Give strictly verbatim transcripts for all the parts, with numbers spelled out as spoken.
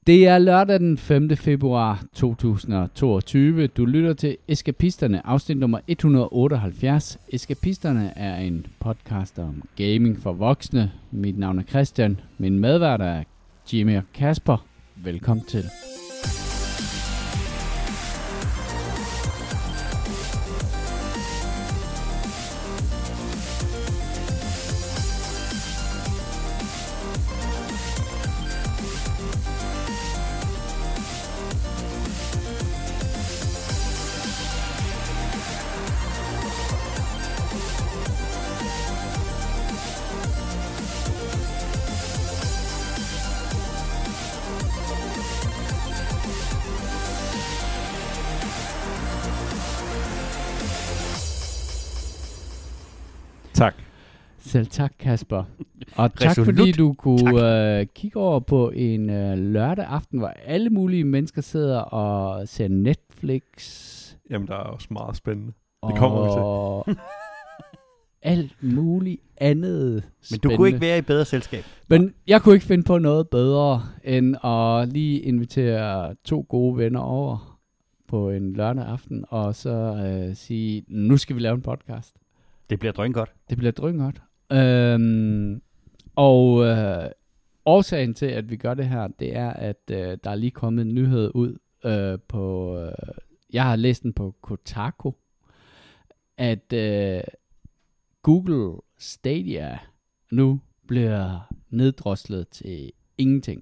Det er lørdag den femte februar to tusind og toogtyve. Du lytter til Eskapisterne, afsnit nummer et hundrede og otteoghalvfjerds. Eskapisterne er en podcast om gaming for voksne. Mit navn er Christian. Min medvært er Jimmy og Kasper. Velkommen til. Tak. Selv tak, Kasper. Og tak Resolut. Fordi du kunne øh, kigge over på en øh, lørdag aften, hvor alle mulige mennesker sidder og ser Netflix. Jamen, der er også meget spændende. Det kommer vi til. Alt muligt andet spændende. Men du kunne ikke være i bedre selskab. Men jeg kunne ikke finde på noget bedre, end at lige invitere to gode venner over på en lørdag aften, og så øh, sige, nu skal vi lave en podcast. Det bliver drøngodt. Det bliver drøngodt. Øhm, og øh, årsagen til, at vi gør det her, det er, at øh, der er lige kommet en nyhed ud øh, på... Øh, jeg har læst den på Kotaku, at øh, Google Stadia nu bliver neddroslet til ingenting.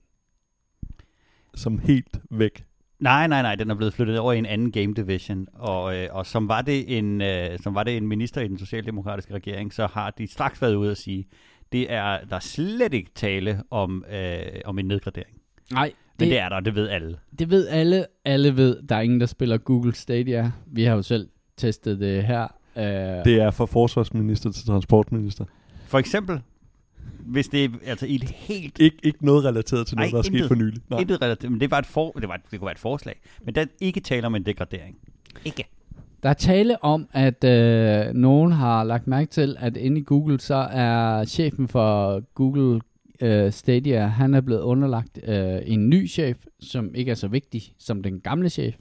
Som helt væk. Nej, nej, nej, den er blevet flyttet over i en anden game division, og, øh, og som, var det en, øh, som var det en minister i den socialdemokratiske regering, så har de straks været ude at sige, det er der er slet ikke tale om, øh, om en nedgradering. Nej. Men det, det er der, det ved alle. Det ved alle. Alle ved, der er ingen, der spiller Google Stadia. Vi har jo selv testet det her. Øh. Det er fra forsvarsminister til transportminister. For eksempel, hvis det er altså i et helt... Ik- ikke noget relateret til noget, Ej, der er intet, sket for nylig. Nej. Intet relateret, men det, var et for, det, var et, det kunne være et forslag. Men der er ikke tale om en degradering. Ikke. Der er tale om, at øh, nogen har lagt mærke til, at inde i Google, så er chefen for Google øh, Stadia, han er blevet underlagt øh, en ny chef, som ikke er så vigtig som den gamle chef.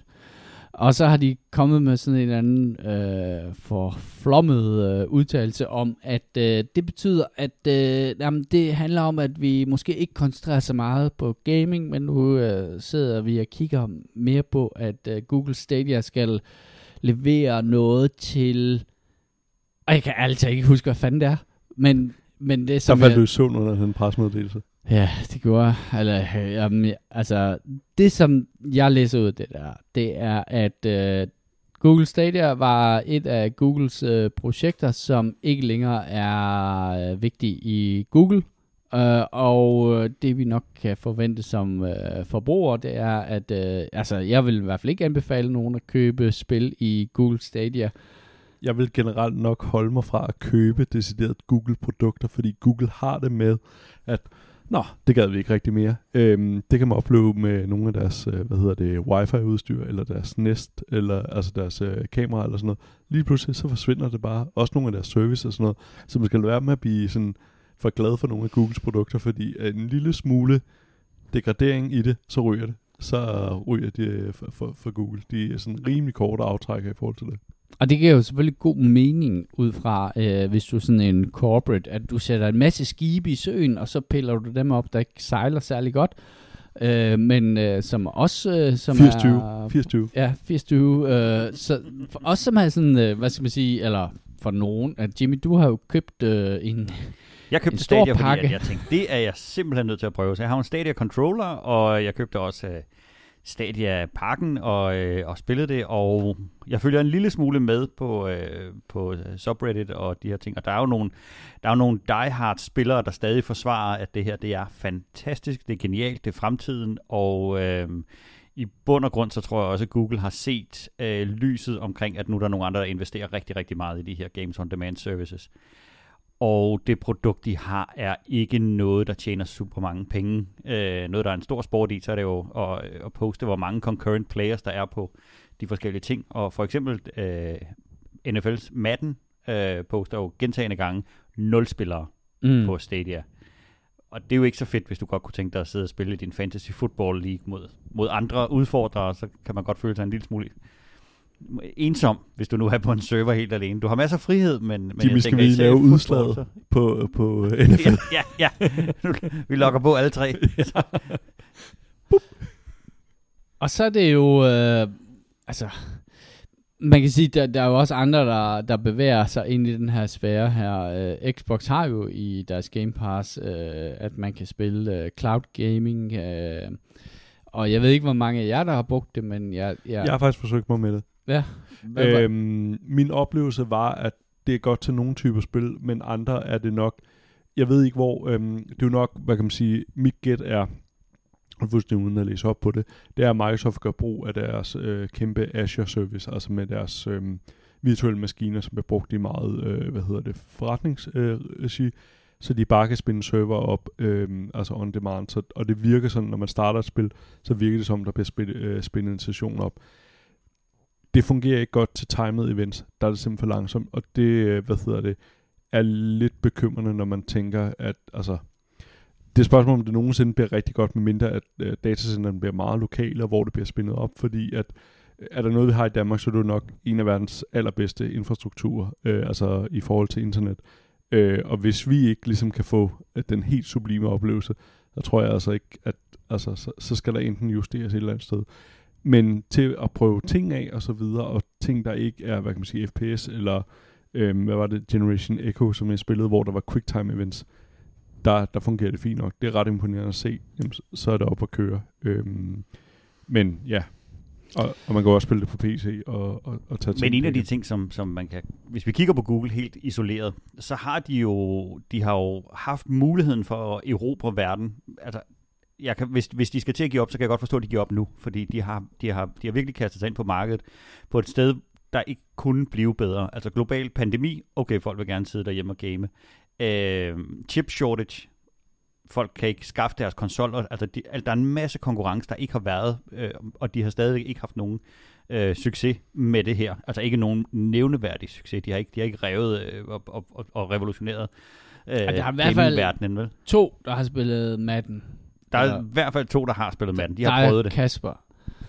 Og så har de kommet med sådan en anden øh, forflommet øh, udtalelse om, at øh, det betyder, at øh, jamen, det handler om, at vi måske ikke koncentrerer så meget på gaming, men nu øh, sidder vi og kigger mere på, at øh, Google Stadia skal levere noget til... Og jeg kan altid ikke huske, hvad fanden det er, men, men det er som... Der faldt du i søvn under den pressemeddelelse. Ja, det gjorde jeg. Eller, jamen, altså, det som jeg læser ud af det der, det er, at øh, Google Stadia var et af Googles øh, projekter, som ikke længere er øh, vigtigt i Google. Øh, og det vi nok kan forvente som øh, forbruger, det er, at øh, altså, jeg vil i hvert fald ikke anbefale nogen at købe spil i Google Stadia. Jeg vil generelt nok holde mig fra at købe decideret Google-produkter, fordi Google har det med, at nå, det gad vi ikke rigtig mere. Øhm, det kan man opleve med nogle af deres, øh, hvad hedder det, wifi-udstyr, eller deres Nest, eller altså deres øh, kamera, eller sådan noget. Lige pludselig, så forsvinder det bare. Også nogle af deres service og sådan noget. Så man skal lade være med at blive sådan for glad for nogle af Googles produkter, fordi en lille smule degradering i det, så ryger det. Så ryger det for, for, for Google. De er sådan rimelig korte aftrækker i forhold til det. Og det giver jo selvfølgelig god mening ud fra, øh, hvis du er sådan en corporate, at du sætter en masse skibe i søen, og så piller du dem op, der ikke sejler særlig godt. Øh, men øh, som også øh, som fireogtyve er... fireogtyve Ja, fireogtyve. Øh, så for os som er sådan, øh, hvad skal man sige, eller for nogen, at Jimmy, du har jo købt øh, en Jeg købte en stor Stadia, pakke. fordi jeg, jeg tænkte, det er jeg simpelthen nødt til at prøve. Så jeg har en Stadia controller, og jeg købte også øh, Stadia-pakken og, øh, og spillede det, og jeg følger en lille smule med på, øh, på subreddit og de her ting, og der er jo nogle, der er jo nogle diehard-spillere, der stadig forsvarer, at det her, det er fantastisk, det er genialt, det er fremtiden, og øh, i bund og grund, så tror jeg også, at Google har set øh, lyset omkring, at nu er der nogle andre, der investerer rigtig, rigtig meget i de her Games on Demand services. Og det produkt, de har, er ikke noget, der tjener super mange penge. Øh, noget, der er en stor sport i, så er det jo at, at poste, hvor mange concurrent players, der er på de forskellige ting. Og for eksempel øh, N F L's Madden øh, poster jo gentagne gange nul spillere mm. på Stadia. og det er jo ikke så fedt, hvis du godt kunne tænke dig at sidde og spille din Fantasy Football League mod, mod andre udfordrere, så kan man godt føle sig en lille smule ensom, hvis du nu er på en server helt alene. Du har masser af frihed, men... men Jimmy, skal vi lave udslaget så... på, på N F L? ja, ja, ja. Vi logger på alle tre. Og så er det jo... Øh, altså... Man kan sige, der, der er jo også andre, der, der bevæger sig ind i den her sfære her. Uh, Xbox har jo i deres Game Pass, uh, at man kan spille uh, cloud gaming. Uh, og jeg ved ikke, hvor mange af jer, der har brugt det, men jeg... Jeg, jeg har faktisk forsøgt mig med det. Ja. Øhm, min oplevelse var, at det er godt til nogle typer spil, men andre er det nok... Jeg ved ikke, hvor... Øhm, det er jo nok, hvad kan man sige... Mit gæt er... Og fuldstændig uden at læse op på det, det er, at Microsoft gør brug af deres øh, kæmpe Azure Service, altså med deres øh, virtuelle maskiner, som bliver brugt i meget, øh, hvad hedder det, forretningsregi, øh, så de bare kan spænde server op, øh, altså on demand, så, og det virker sådan, når man starter et spil, så virker det som, der bliver spændt, øh, spændt en session op. Det fungerer ikke godt til timed events, der er det simpelthen for langsomt, og det, øh, hvad hedder det, er lidt bekymrende, når man tænker, at, altså, det er spørgsmål, om det nogensinde bliver rigtig godt, med mindre at uh, datacenterne bliver meget lokale, og hvor det bliver spændet op, fordi at, er der noget, vi har i Danmark, så er det nok en af verdens allerbedste infrastrukturer, uh, altså i forhold til internet. Uh, og hvis vi ikke ligesom kan få uh, den helt sublime oplevelse, så tror jeg altså ikke, at altså, så, så skal der enten justeres et eller andet sted. Men til at prøve ting af, og så videre, og ting, der ikke er, hvad kan man sige, F P S, eller uh, hvad var det, Generation Echo, som jeg spillede, hvor der var QuickTime events, Der, der fungerer det fint nok. Det er ret imponerende at se. Jamen, så er det op at køre. Øhm, men ja, og, og man kan også spille det på P C og, og, og tage ting. Men en af de ting, som, som man kan... Hvis vi kigger på Google helt isoleret, så har de jo, de har jo haft muligheden for at erobre verden. Altså, jeg kan, hvis, hvis de skal til at give op, så kan jeg godt forstå, at de giver op nu. Fordi de har, de har, de har virkelig kastet sig ind på markedet på et sted, der ikke kunne blive bedre. Altså global pandemi, okay, folk vil gerne sidde derhjemme og game. Øh, chip shortage, folk kan ikke skaffe deres konsoller, altså de, der er en masse konkurrence, der ikke har været, øh, og de har stadig ikke haft nogen øh, succes med det her, altså ikke nogen nævneværdig succes, de har ikke, de har ikke revet øh, og, og, og, og revolutioneret øh, der er i hvert fald verdenen, vel? To, der har spillet Madden. Der er i hvert fald to, der har spillet Madden, de der har prøvet det. Kasper.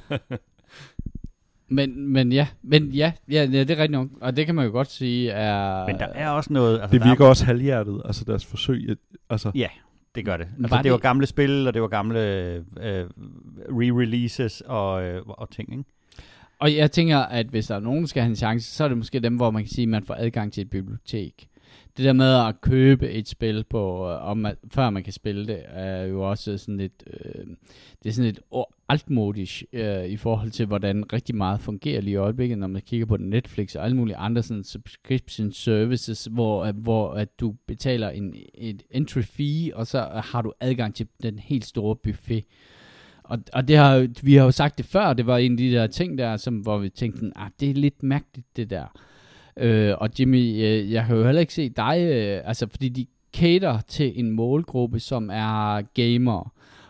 Men, men ja, men ja, ja, ja, det er rigtigt nok, og det kan man jo godt sige er... Men der er også noget... Altså, det virker er... også halvhjertet, altså deres forsøg, altså... Ja, det gør det. Altså, var det, det var gamle spil, og det var gamle øh, re-releases og, øh, og ting, ikke? Og jeg tænker, at hvis der er nogen, der skal have en chance, så er det måske dem, hvor man kan sige, at man får adgang til et bibliotek. Det der med at købe et spil på, øh, om man, før man kan spille det, er jo også sådan lidt, øh, det er sådan lidt altmodisk øh, i forhold til, hvordan rigtig meget fungerer lige i øjeblikket, når man kigger på Netflix og alle mulige andre sådan subscription services, hvor, hvor at du betaler en, et entry fee, og så har du adgang til den helt store buffet. Og, og det har, vi har jo sagt det før, det var en af de der ting der, som, hvor vi tænkte, ah, det er lidt mærkeligt det der. Øh, og Jimmy, øh, jeg kan jo heller ikke se dig, øh, altså fordi de cater til en målgruppe, som er gamer.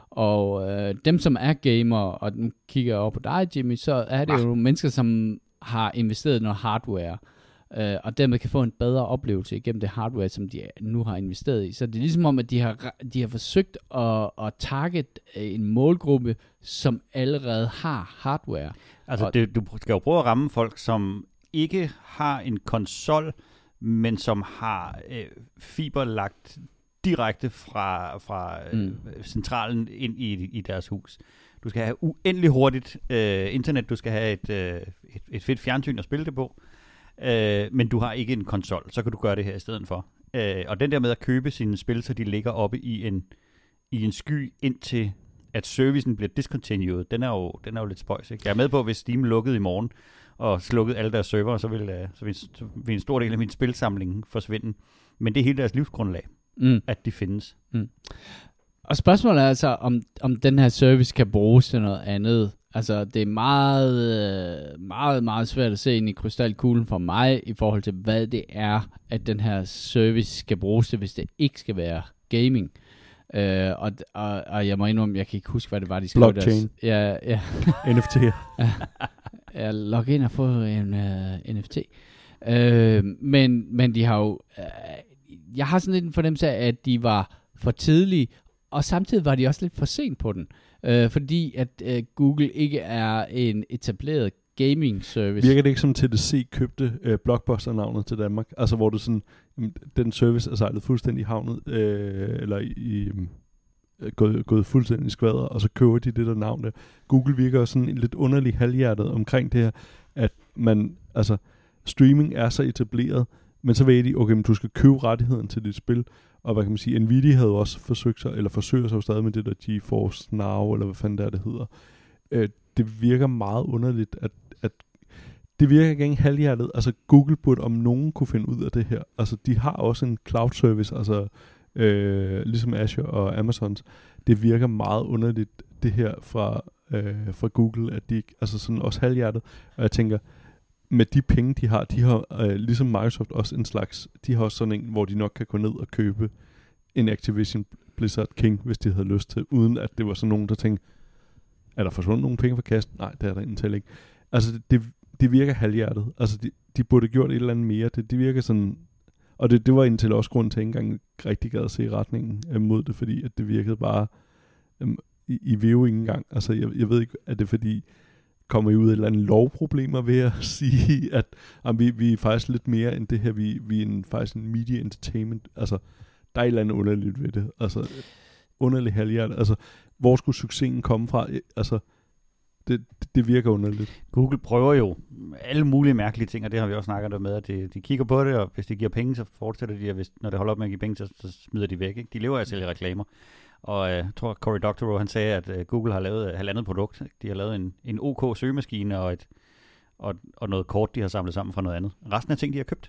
Og øh, dem, som er gamer, og nu kigger jeg over på dig, Jimmy, så er det jo nogle mennesker, som har investeret i noget hardware. Øh, og dermed kan få en bedre oplevelse igennem det hardware, som de nu har investeret i. Så det er ligesom om, at de har, de har forsøgt at, at target en målgruppe, som allerede har hardware. Altså, og, det, du skal jo prøve at ramme folk, som ikke har en konsol, men som har øh, fiber lagt direkte fra, fra øh, mm. centralen ind i, i deres hus. Du skal have uendelig hurtigt øh, internet, du skal have et, øh, et, et fedt fjernsyn at spille det på, øh, men du har ikke en konsol, så kan du gøre det her i stedet for. Øh, og den der med at købe sine spil, så de ligger oppe i en, i en sky, indtil at servicen bliver discontinued, den er jo, den er jo lidt spøjs, ikke? Jeg er med på, hvis Steam lukkede i morgen, og slukkede alle deres server, så vil, uh, så vil, så vil en stor del af min spilsamling forsvinde. Men det er hele deres livsgrundlag, mm. at de findes. Mm. Og spørgsmålet er altså, om, om den her service kan bruges til noget andet. Altså, det er meget, meget, meget svært at se ind i krystalkuglen for mig, i forhold til, hvad det er, at den her service skal bruges til, hvis det ikke skal være gaming. Uh, og, og, og jeg må indrømme, jeg kan ikke huske, hvad det var, de skrev. Blockchain. Ja, ja. N F T'er. Ja. Jeg logger ind og får en uh, N F T. Uh, men, men de har jo... Uh, jeg har sådan lidt en fornemmelse af, at de var for tidlige og samtidig var de også lidt for sent på den, øh, fordi at øh, Google ikke er en etableret gaming service. Virker det ikke som T D C købte øh, Blockbuster-navnet til Danmark? Altså hvor du sådan, jamen, den service er sejlet fuldstændig i havnet, øh, eller i, i øh, gået, gået fuldstændig i skvader, og så køber de det der navn der. Google virker sådan en lidt underlig halvhjertet omkring det her, at man, altså streaming er så etableret, men så ved de, okay, men du skal købe rettigheden til dit spil, og hvad kan man sige, Nvidia havde også forsøgt sig, eller forsøger sig jo stadig med det der GeForce Now, eller hvad fanden der det hedder. Øh, det virker meget underligt, at, at det virker ikke engang halvhjertet. Altså Google burde om nogen kunne finde ud af det her. Altså de har også en cloud service, altså øh, ligesom Azure og Amazons. Det virker meget underligt, det her fra, øh, fra Google, at de altså sådan også halvhjertet. Og jeg tænker, med de penge, de har, de har øh, ligesom Microsoft også en slags, de har også sådan en, hvor de nok kan gå ned og købe en Activision Blizzard King, hvis de havde lyst til, uden at det var sådan nogen, der tænkte, er der forsvundet nogle penge fra kassen? Nej, det er der indtil ikke. Altså, det, det, det virker halvhjertet. Altså, de, de burde have gjort et eller andet mere. Det, det virker sådan, og det, det var indtil også grund til, at jeg ikke engang rigtig gad at se retningen øh, mod det, fordi at det virkede bare, øh, I, I vil jo ikke engang, altså, jeg, jeg ved ikke, er det fordi, kommer I ud af et eller andet lovproblemer ved at sige, at jamen, vi, vi er faktisk lidt mere end det her, vi, vi er en, faktisk en media entertainment, altså, der er et eller andet underligt ved det, altså, underligt halvhjertet, altså, hvor skulle succesen komme fra, altså, det, det virker underligt. Google prøver jo alle mulige mærkelige ting, og det har vi også snakket med, at de, de kigger på det, og hvis de giver penge, så fortsætter de, og hvis, når det holder op med at give penge, så, så smider de væk, ikke? De lever af at sælge reklamer. Og jeg uh, tror, Cory Doctorow, han sagde, at uh, Google har lavet uh, halvandet produkt. De har lavet en, en OK søgemaskine og, et, og, og noget kort, de har samlet sammen fra noget andet. Resten af ting, de har købt.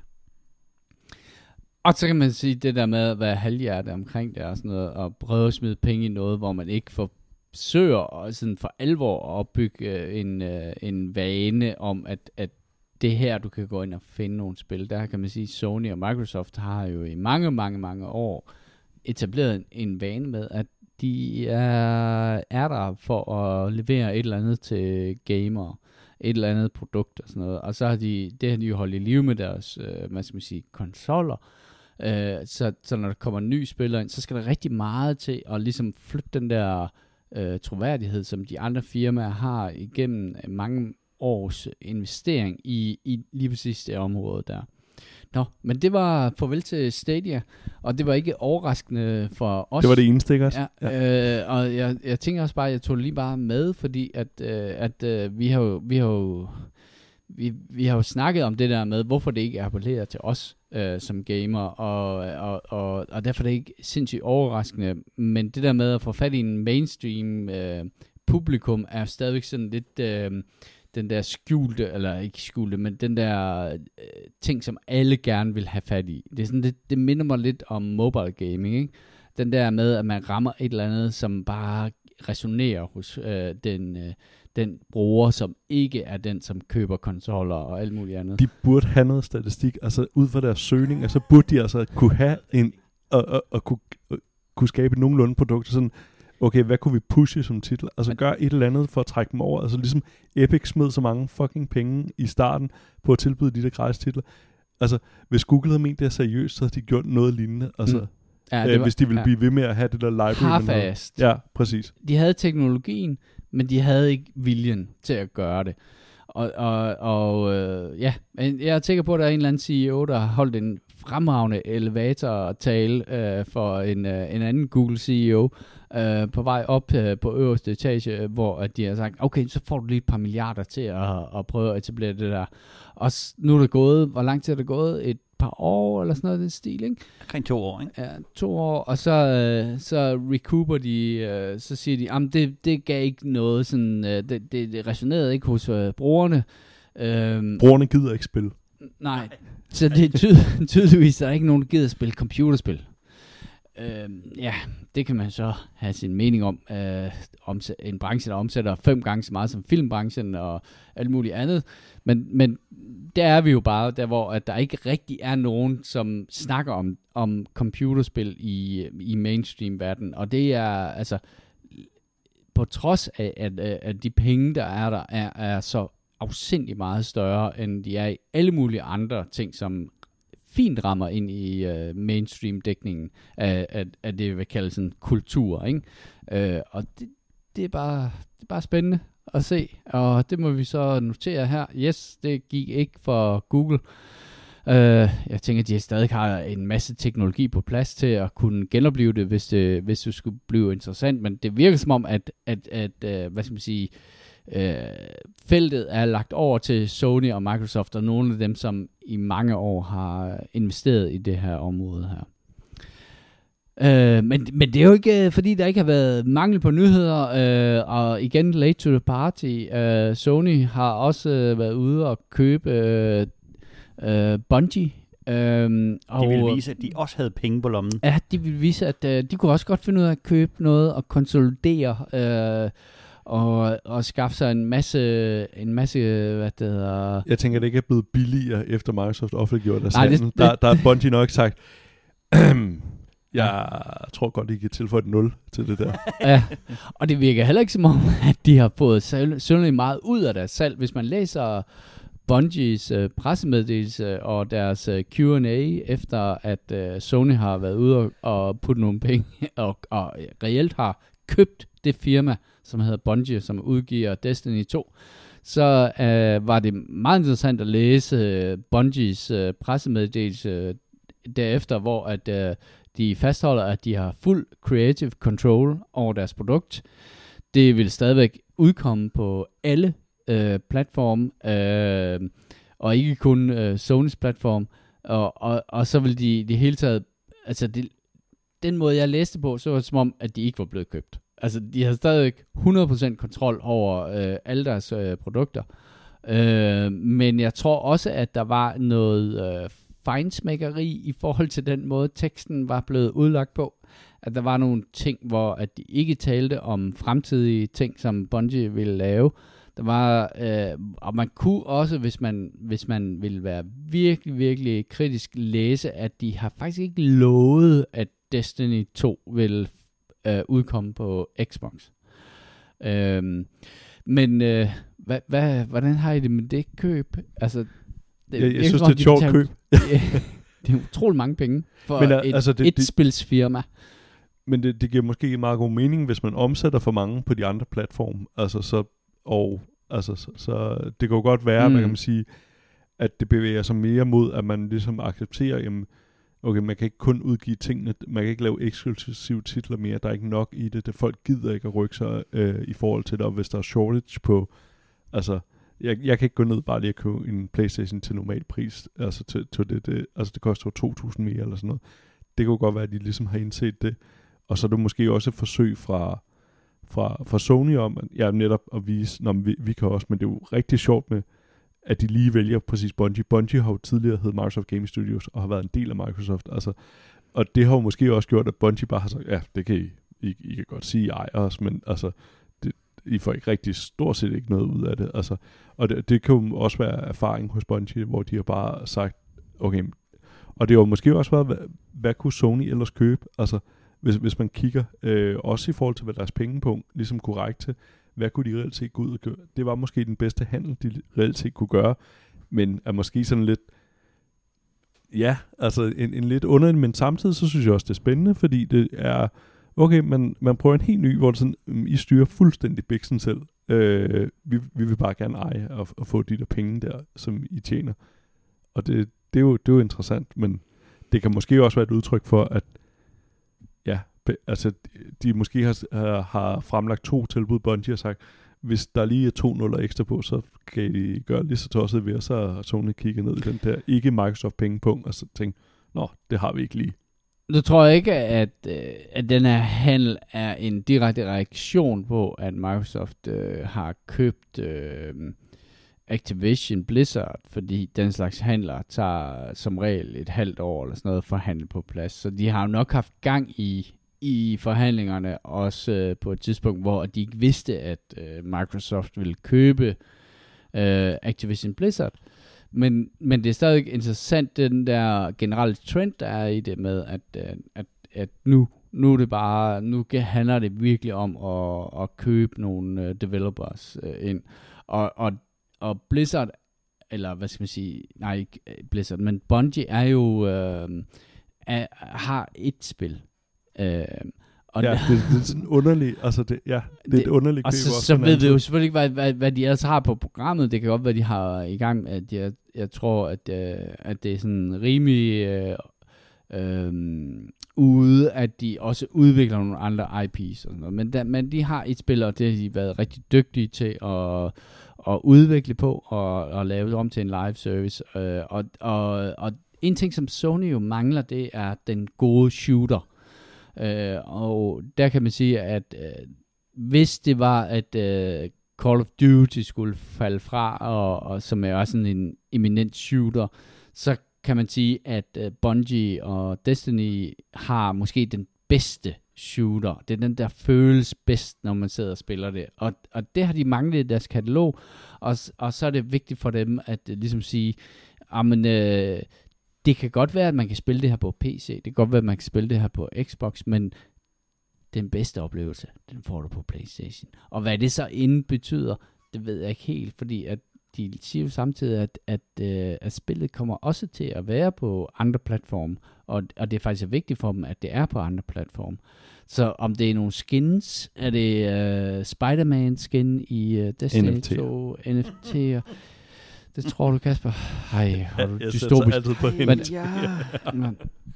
Og så kan man sige, det der med at være halvhjertet omkring det, og sådan noget, og prøve at smide penge i noget, hvor man ikke forsøger og sådan for alvor at opbygge en, en vane om, at, at det her, du kan gå ind og finde nogle spil. Der kan man sige, Sony og Microsoft har jo i mange, mange, mange år etableret en, en vane med, at de er, er der for at levere et eller andet til gamere, et eller andet produkt og sådan noget. Og så har de, det har de jo holdt i live med deres, øh, hvad skal man sige, konsoller. Øh, så, så når der kommer en ny spiller ind, så skal der rigtig meget til at ligesom flytte den der øh, troværdighed, som de andre firmaer har igennem mange års investering i, i lige præcis det område der. Nå, men det var farvel til Stadia, og det var ikke overraskende for os. Det var det eneste, ikke også? Ja, ja. Øh, og jeg, jeg tænker også bare, at jeg tog det lige bare med, fordi at, øh, at øh, vi har jo, vi har jo vi, vi har jo snakket om det der med, hvorfor det ikke appellerer til os øh, som gamer, og, og, og, og derfor er det ikke sindssygt overraskende, men det der med at få fat i en mainstream øh, publikum, er stadigvæk sådan lidt øh, den der skjulte, eller ikke skjulte, men den der øh, ting, som alle gerne vil have fat i. Det er sådan lidt, det minder mig lidt om mobile gaming, ikke? Den der med, at man rammer et eller andet, som bare resonerer hos øh, den, øh, den bruger, som ikke er den, som køber konsoller og alt muligt andet. De burde have noget statistik, altså ud fra deres søgning, og så burde de altså kunne have en, og, og, og kunne, og, kunne skabe nogenlunde produkter, sådan, okay, hvad kunne vi pushe som titel? Altså men, gør et eller andet for at trække dem over. Altså ligesom Epic smed så mange fucking penge i starten på at tilbyde de der gratis titler. Altså, hvis Google havde ment det seriøst, så havde de gjort noget lignende. Altså, mm. ja, øh, var, hvis de ville ja. blive ved med at have det der library. Half-assed. Ja, præcis. De havde teknologien, men de havde ikke viljen til at gøre det. Og, og, og øh, ja, jeg er sikker på, at der er en eller anden C E O, der har holdt en fremragende elevator-tale øh, for en, øh, en anden Google C E O øh, på vej op øh, på øverste etage, hvor at de har sagt, okay, så får du lige et par milliarder til at, at prøve at etablere det der. Og nu er det gået, hvor lang tid er det gået? Et par år, eller sådan noget den stil, ikke? Omkring to år, ikke? Ja, to år, og så, øh, så recouper de, øh, så siger de, jamen det, det gav ikke noget, sådan, øh, det, det, det resonerede ikke hos øh, brugerne. Øh, brugerne gider ikke spille. Nej, så det er tydel- tydeligvis, der er ikke nogen, der gider spille computerspil. Øh, ja, det kan man så have sin mening om. Øh, omsæt- en branche, der omsætter fem gange så meget som filmbranchen og alt muligt andet. Men, men der er vi jo bare der, hvor at der ikke rigtig er nogen, som snakker om, om computerspil i, i mainstream-verden. Og det er altså, på trods af, at, at de penge, der er der, er, er så afsindigt meget større, end de er i alle mulige andre ting, som fint rammer ind i uh, mainstream-dækningen af, af, af det, vi kalder sådan kultur, ikke? Uh, og det, det, er bare, det er bare spændende at se, og det må vi så notere her. Yes, det gik ikke for Google. Uh, jeg tænker, at de stadig har en masse teknologi på plads til at kunne genopleve det, hvis det, hvis det skulle blive interessant, men det virker som om, at, at, at uh, hvad skal man sige, uh, feltet er lagt over til Sony og Microsoft, og nogle af dem, som i mange år har investeret i det her område her. Uh, men, men det er jo ikke, fordi der ikke har været mangel på nyheder, uh, og igen, late to the party. Uh, Sony har også uh, været ude og købe uh, Uh, Bungie. Um, og de ville vise, at de også havde penge på lommen. Ja, de ville vise, at uh, de kunne også godt finde ud af at købe noget og konsolidere uh, og, og skaffe sig en masse, en masse, hvad det hedder... Jeg tænker, det ikke er blevet billigere, efter Microsoft offentliggjorde deres Nej, det, det, der, der er Bungie nok sagt, jeg tror godt, I kan tilføje et nul til det der. Ja, og det virker heller ikke som om, at de har fået synderligt meget ud af deres salg. Hvis man læser Bungies uh, pressemeddelelse og deres uh, Q and A, efter at uh, Sony har været ude og, og putte nogle penge, og, og reelt har købt det firma, som hedder Bungie, som udgiver Destiny to, så uh, var det meget interessant at læse uh, Bungies uh, pressemeddelelse uh, derefter, hvor at uh, de fastholder, at de har fuld creative control over deres produkt. Det vil stadigvæk udkomme på alle Øh, platform, øh, og ikke kun øh, Sonys platform, og, og, og så vil de det hele taget, altså det, den måde jeg læste på, så var det som om, at de ikke var blevet købt. Altså de har stadig hundrede procent kontrol over øh, alle deres øh, produkter, øh, men jeg tror også, at der var noget øh, fejnsmækkeri i forhold til den måde, teksten var blevet udlagt på. At der var nogle ting, hvor at de ikke talte om fremtidige ting, som Bungie ville lave. Der var, øh, og man kunne også, hvis man, hvis man ville være virkelig, virkelig kritisk, læse, at de har faktisk ikke lovet, at Destiny to vil øh, udkomme på Xbox. Øhm, men øh, hva, hva, hvordan har I det med det køb? Altså, det, jeg, jeg synes, det er et sjovt køb. Det er utroligt mange penge for men, et, altså, det, et det, spilsfirma. Men det, det giver måske en meget god mening, hvis man omsætter for mange på de andre platforme. Altså så og altså så, så det kan jo godt være, mm. man kan man sige, at det bevæger sig mere mod, at man ligesom accepterer, jamen, okay, man kan ikke kun udgive tingene, man kan ikke lave eksklusive titler mere, der er ikke nok i det, det folk gider ikke at rykke sig øh, i forhold til det, og hvis der er shortage på, altså, jeg, jeg kan ikke gå ned bare lige at købe en PlayStation til normal pris, altså til, til det, det, altså det koster to tusind mere eller sådan noget. Det kan jo godt være, at de ligesom har indset det, og så er det måske også et forsøg fra Fra, fra Sony om, ja, netop at vise, når vi, vi kan også, men det er jo rigtig sjovt med, at de lige vælger præcis Bungie. Bungie har jo tidligere heddet Microsoft Game Studios, og har været en del af Microsoft, altså, og det har jo måske også gjort, at Bungie bare har sagt, ja, det kan I, I, I kan godt sige, I ejer os, men altså, det, I får ikke rigtig stort set ikke noget ud af det, altså, og det, det kan jo også være erfaring hos Bungie, hvor de har bare sagt, okay, og det har jo måske også været, hvad, hvad kunne Sony ellers købe, altså, Hvis, hvis man kigger, øh, også i forhold til, hvad deres pengepunkt ligesom kunne række til, hvad kunne de reelt set gå ud og gøre? Det var måske den bedste handel, de reelt set kunne gøre, men er måske sådan lidt, ja, altså en, en lidt underlig, men samtidig så synes jeg også, det er spændende, fordi det er, okay, man, man prøver en helt ny, hvor det sådan, I styrer fuldstændig biksen selv. Øh, vi, vi vil bare gerne eje og, og få de der penge der, som I tjener. Og det, det, er jo, det er jo interessant, men det kan måske også være et udtryk for, at ja, altså de måske har, har fremlagt to tilbud, Bungie har sagt, hvis der lige er to nuller ekstra på, så kan de gøre lige så tosset ved, så har Sony kigget ned i den der ikke Microsoft pengepunkt, og så tænkt, nå, det har vi ikke lige. Du tror ikke, at, at den her handel er en direkte reaktion på, at Microsoft øh, har købt øh, Activision Blizzard, fordi den slags handler tager som regel et halvt år eller sådan noget for handel på plads. Så de har jo nok haft gang i, i forhandlingerne, også øh, på et tidspunkt, hvor de ikke vidste, at øh, Microsoft ville købe øh, Activision Blizzard. Men, men det er stadig interessant, den der generelle trend, der er i det med, at, øh, at, at nu, nu er det bare, nu handler det virkelig om at, at købe nogle øh, developers øh, ind. Og, og Og Blizzard eller hvad skal man sige, nej, ikke Blizzard, men Bungie er jo, øh, er, har et spil. Øh, og ja, det, det er sådan underligt, altså det, ja, det, det er et underligt køb. Og så, så ved vi jo selvfølgelig ikke, hvad, hvad, hvad de ellers har på programmet. Det kan godt være, de har i gang, at jeg, jeg tror, at, øh, at det er sådan rimelig øh, øh, ude, at de også udvikler nogle andre I P's og sådan noget. Men, da, men de har et spil, og det har de været rigtig dygtige til at, at udvikle på og, og lave det om til en live service. Øh, og, og, og en ting, som Sony jo mangler, det er den gode shooter. Øh, og der kan man sige, at øh, hvis det var, at øh, Call of Duty skulle falde fra, og, og som er også sådan en eminent shooter, så kan man sige, at øh, Bungie og Destiny har måske den bedste shooter. Det er den, der føles bedst, når man sidder og spiller det. Og, og det har de manglet i deres katalog, og, og så er det vigtigt for dem at øh, ligesom sige, jamen, øh, det kan godt være, at man kan spille det her på P C, det kan godt være, at man kan spille det her på Xbox, men den bedste oplevelse, den får du på PlayStation. Og hvad det så inden betyder, det ved jeg ikke helt, fordi at de siger jo samtidig, at, at, øh, at spillet kommer også til at være på andre platforme, og, og det er faktisk vigtigt for dem, at det er på andre platforme. Så om det er nogle skins, er det øh, Spider-Man skin i øh, Destiny N F T'er. to, N F T'er, det tror du, Kasper? Hej, hvor du jeg dystopisk. altid på Men, ja.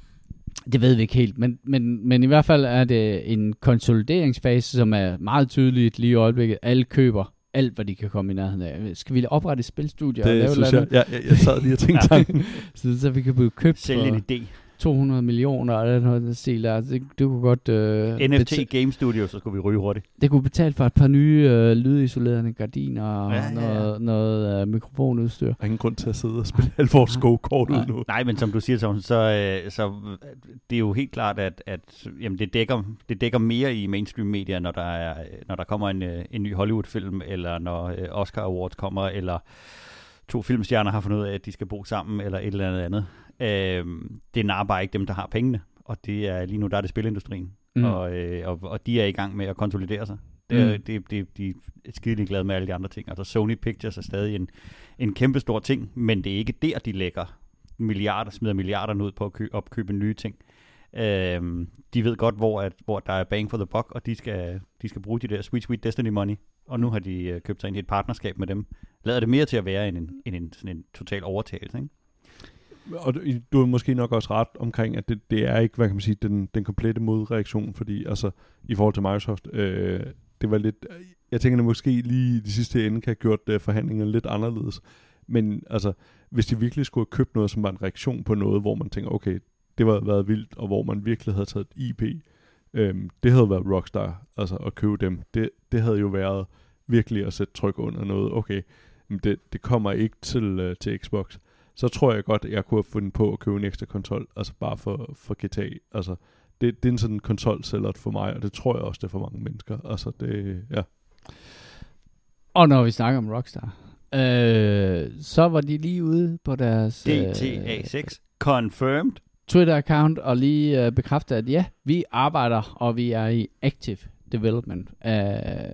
Det ved vi ikke helt, men, men, men i hvert fald er det en konsolideringsfase, som er meget tydeligt lige i øjeblikket. Alle køber alt, hvad de kan komme i nærheden af. Skal vi oprette et spilstudie det og lave synes jeg, jeg, jeg, jeg sad lige og tænkte tanken. så, så vi kan blive købt Sælge en idé. to hundrede millioner eller noget der stil der. Det, det kunne godt øh, N F T betale. Game Studio, så skulle vi ryge hurtigt. Det kunne betale for et par nye øh, lydisolerende gardiner og ja, ja, ja. noget, noget øh, mikrofonudstyr. Der er ingen grund til at sidde og spille alle vores go-kort ud nu. Nej, men som du siger, så, så, øh, så det er jo helt klart, at, at jamen, det, dækker, det dækker mere i mainstream-medier, når der, er, når der kommer en, en ny Hollywood-film, eller når øh, Oscar Awards kommer, eller to filmstjerner har fundet ud af, at de skal bo sammen, eller et eller andet andet. Øh, det narrer bare ikke dem, der har pengene, og det er lige nu, der er det spilindustrien, mm. og, øh, og, og de er i gang med at konsolidere sig. Det, mm. det, det, de er skidelig glade med alle de andre ting. Altså Sony Pictures er stadig en, en kæmpe stor ting, men det er ikke der, de lægger milliarder, smider milliarderne ud på at kø- opkøbe nye ting. Øh, de ved godt, hvor, at, hvor der er bang for the buck, og de skal, de skal bruge de der sweet, sweet Destiny money, og nu har de øh, købt sig ind i et partnerskab med dem. Lader det mere til at være end en, end en, sådan en total overtagelse, ikke? Og du, du er måske nok også ret omkring, at det, det er ikke, hvad kan man sige, den, den komplette modreaktion, fordi altså, i forhold til Microsoft, øh, det var lidt, jeg tænker, at måske lige de sidste ende kan have gjort uh, forhandlingerne lidt anderledes, men altså, hvis de virkelig skulle have købt noget, som var en reaktion på noget, hvor man tænker, okay, det var været vildt, og hvor man virkelig havde taget et I P, øh, det havde været Rockstar, altså at købe dem, det, det havde jo været virkelig at sætte tryk under noget, okay, men det, det kommer ikke til, uh, til Xbox. Så tror jeg godt, at jeg kunne have fundet på at købe en ekstra konsol, altså bare for, for G T A. Altså, det, det er en sådan konsolsælger for mig, og det tror jeg også, det er for mange mennesker. Altså, det, ja. Og når vi snakker om Rockstar, øh, så var de lige ude på deres G T A seks confirmed Twitter-account, og lige øh, bekræfte, at ja, vi arbejder, og vi er i active development af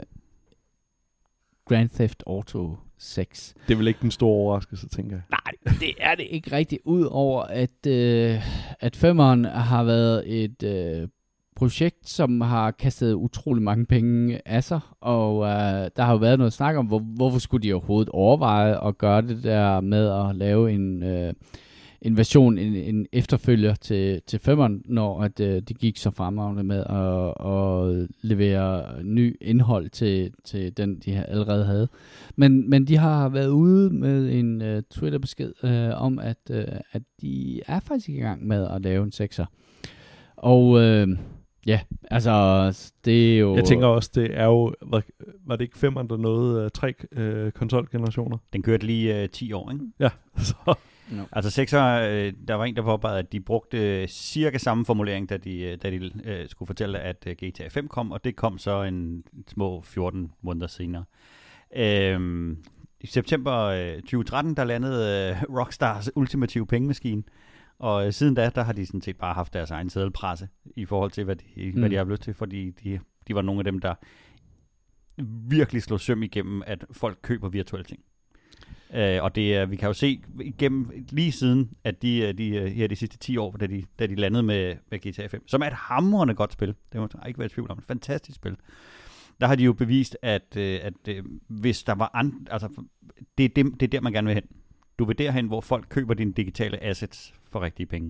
Grand Theft Auto seks. Det er vel ikke den store overraskelse, tænker jeg. Nej, det er det ikke rigtigt, udover at, øh, at femmeren har været et øh, projekt, som har kastet utrolig mange penge af sig, og øh, der har jo været noget snak om, hvor, hvorfor skulle de overhovedet overveje at gøre det der med at lave en, øh, en version, en, en efterfølger til, til femmeren, når at, øh, de gik så fremragende med at, at levere ny indhold til, til den, de allerede havde. Men, men de har været ude med en uh, Twitter-besked uh, om, at, uh, at de er faktisk i gang med at lave en sekser. Og uh, ja, altså det er jo... Jeg tænker også, det er jo... Var, var det ikke femmeren, der nåede uh, tre uh, konsolgenerationer? Den kørte lige uh, ti år, ikke? Ja, så... No. Altså sekser, øh, der var en, der påpegede, at de brugte øh, cirka samme formulering, da de, øh, da de øh, skulle fortælle, at øh, G T A fem kom, og det kom så en små fjorten måneder senere. Øhm, I september øh, tyve tretten, der landede øh, Rockstars ultimative pengemaskine, og øh, siden da, der har de sådan set bare haft deres egen sædelpresse i forhold til, hvad de, mm. hvad de har lyst til, fordi de, de var nogle af dem, der virkelig slog søm igennem, at folk køber virtuelle ting. Uh, og det er, vi kan jo se igennem lige siden, at de, de her de sidste ti år, da de, da de landede med, med G T A fem, som er et hamrende godt spil, det må ikke være et tvivl om, et fantastisk spil. Der har de jo bevist, at, at, at hvis der var andre, altså det, det, det er der, man gerne vil hen. Du vil derhen, hvor folk køber dine digitale assets for rigtige penge.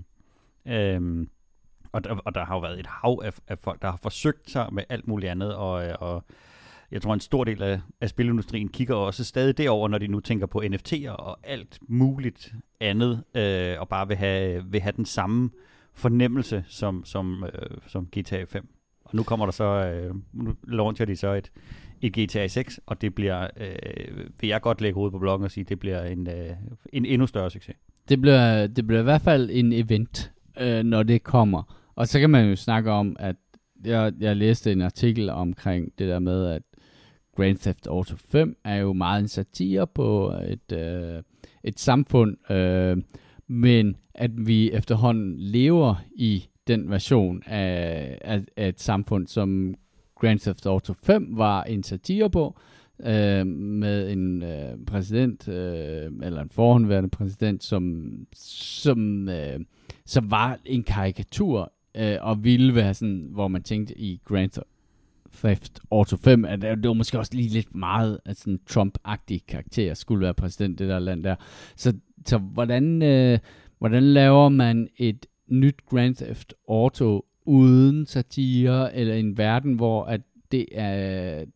Um, og, der, og der har jo været et hav af, af folk, der har forsøgt sig med alt muligt andet, og, og jeg tror, en stor del af, af spilindustrien kigger også stadig derover, når de nu tænker på N F T'er og alt muligt andet, øh, og bare vil have, vil have den samme fornemmelse som, som, øh, som G T A fem. Og nu kommer der så, øh, nu launcher de så et, et G T A seks, og det bliver, øh, vil jeg godt lægge hovedet på bloggen og sige, det bliver en, øh, en endnu større succes. Det bliver, det bliver i hvert fald en event, øh, når det kommer. Og så kan man jo snakke om, at jeg, jeg læste en artikel omkring det der med, at Grand Theft Auto fem er jo meget en satire på et, øh, et samfund, øh, men at vi efterhånden lever i den version af, af, af et samfund, som Grand Theft Auto fem var en satire på, øh, med en øh, præsident, øh, eller en forhåndværende præsident, som, som, øh, som var en karikatur, øh, og ville være sådan, hvor man tænkte i Grand Theft Auto fem, at det var måske også lige lidt meget af sådan en Trump-agtig karakter, skulle være præsident i det der land der. Så, så hvordan, øh, hvordan laver man et nyt Grand Theft Auto uden satire, eller en verden, hvor at det er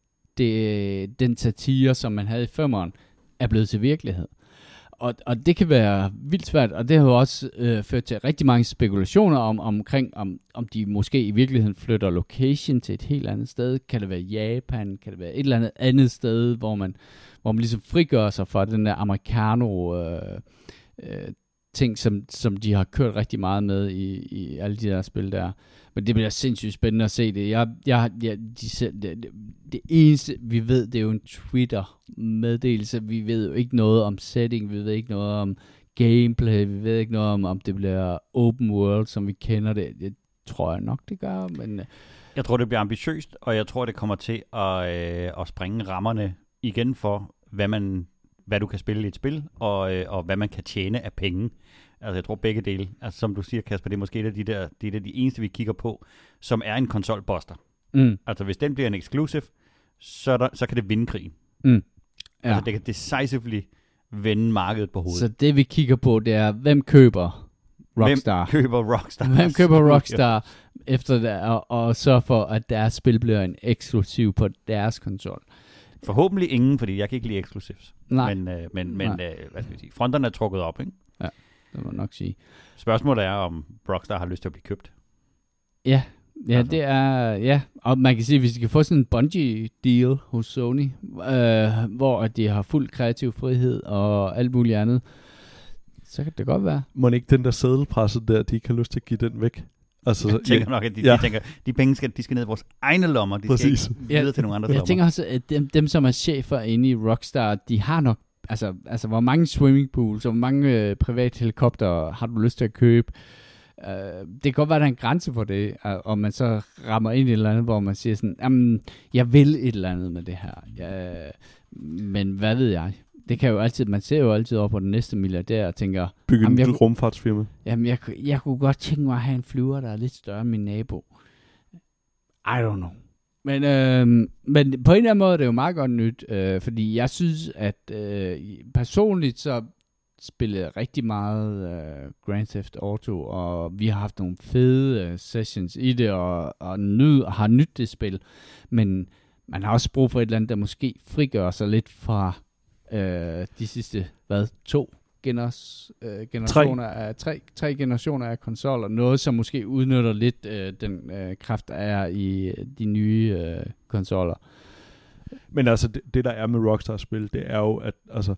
det, den satire, som man havde i femmeren, er blevet til virkelighed. Og, og det kan være vildt svært, og det har jo også øh, ført til rigtig mange spekulationer om, omkring, om, om de måske i virkeligheden flytter location til et helt andet sted. Kan det være Japan? Kan det være et eller andet andet sted, hvor man, hvor man ligesom frigør sig fra den der americano øh, øh, ting, som, som de har kørt rigtig meget med i, i alle de der spil der. Men det bliver sindssygt spændende at se det. Jeg, jeg, jeg, de, det, det eneste, vi ved, det er jo en Twitter-meddelelse. Vi ved jo ikke noget om setting, vi ved ikke noget om gameplay, vi ved ikke noget om, om det bliver open world, som vi kender det. Det tror jeg nok, det gør, men... Jeg tror, det bliver ambitiøst, og jeg tror, det kommer til at, øh, at springe rammerne igen for, hvad man... hvad du kan spille i et spil, og, øh, og hvad man kan tjene af penge. Altså, jeg tror begge dele. Altså, som du siger, Kasper, det er måske et af de der, det er de eneste, vi kigger på, som er en konsolbuster. Mm. Altså, hvis den bliver en exclusive, så, der, så kan det vinde krigen. Mm. Ja. Altså, det kan decisively vende markedet på hovedet. Så det, vi kigger på, det er, hvem køber Rockstar? Hvem køber Rockstar? Hvem køber Rockstar efter det, og, og sørger for, at deres spil bliver en eksklusiv på deres konsol? Forhåbentlig ingen, fordi jeg kan ikke lide exclusives. Nej. Men, øh, men, men øh, hvad skal vi sige, fronterne er trukket op, ikke? Ja, det må nok sige. Spørgsmålet er, om Rockstar har lyst til at blive købt. Ja, ja altså. det er, ja. Og man kan sige, hvis de kan få sådan en Bungie-deal hos Sony, øh, hvor de har fuld kreativ frihed og alt muligt andet, så kan det godt være. Må ikke den der sædelpresse der, de ikke har lyst til at give den væk? Altså, jeg tænker nok, at de, ja. de tænker, de penge skal, de skal ned i vores egne lommer. De Præcis. skal ikke videre ja, til nogle andre jeg lommer. Jeg tænker også, at dem, dem, som er chefer inde i Rockstar, de har nok, altså, altså hvor mange swimmingpools og hvor mange øh, private helikopter har du lyst til at købe? Uh, det kan godt være, der er en grænse for det, og man så rammer ind i et eller andet, hvor man siger sådan, jamen, jeg vil et eller andet med det her. Jeg, men hvad ved jeg? Det kan jo altid, man ser jo altid over på den næste milliardær og tænker... Bygge en jeg, rumfartsfirma. Jamen, jeg, jeg kunne godt tænke mig at have en flyver, der er lidt større end min nabo. I don't know. Men, øh, men på en eller anden måde er det jo meget godt nyt, øh, fordi jeg synes, at øh, personligt så spillede jeg rigtig meget øh, Grand Theft Auto, og vi har haft nogle fede øh, sessions i det, og, og, nyd, og har nydt det spil. Men man har også brug for et eller andet, der måske frigør sig lidt fra... Øh, de sidste, hvad, to geners, øh, generationer tre. af, tre, tre generationer af konsoller, noget som måske udnytter lidt øh, den øh, kraft, der er i de nye øh, konsoller. Men altså, det, det der er med Rockstar-spil, det er jo, at altså,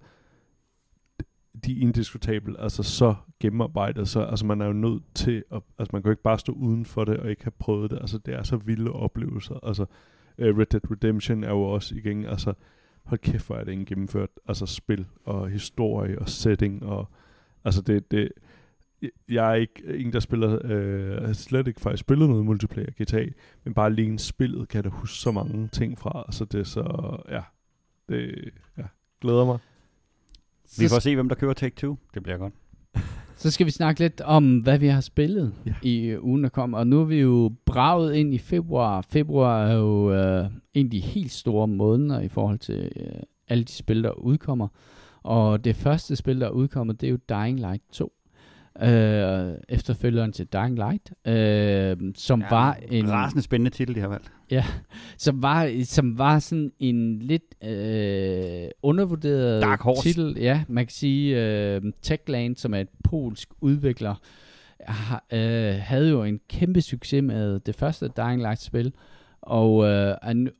de er indiskutabelt, altså så gennemarbejdet, så altså man er jo nødt til, at, altså man kan jo ikke bare stå uden for det, og ikke have prøvet det, altså det er så vilde oplevelser, altså uh, Red Dead Redemption er jo også igen, altså hold kæft, hvor er det en gennemført altså spil og historie og setting og altså det, det jeg er ikke en der spiller øh, har slet ikke faktisk spillet noget multiplayer G T A, men bare alene spillet kan jeg huske så mange ting fra, altså det er så ja det ja, glæder mig. Vi får se, hvem der kører Take-Two. Det bliver godt. Så skal vi snakke lidt om, hvad vi har spillet Ja. i ugen, der kom. Og nu er vi jo braget ind i februar. Februar er jo øh, en af de helt store måneder i forhold til øh, alle de spil, der udkommer. Og det første spil, der er udkommet, det er jo Dying Light to. Øh, efterfølgeren til Dying Light, øh, som Ja, var en rasende spændende titel, de har valgt. ja, som var som var sådan en lidt øh, undervurderet Dark Horse. titel. Ja, man kan sige øh, Techland, som er et polsk udvikler, har, øh, havde jo en kæmpe succes med det første Dying Light spil, og øh,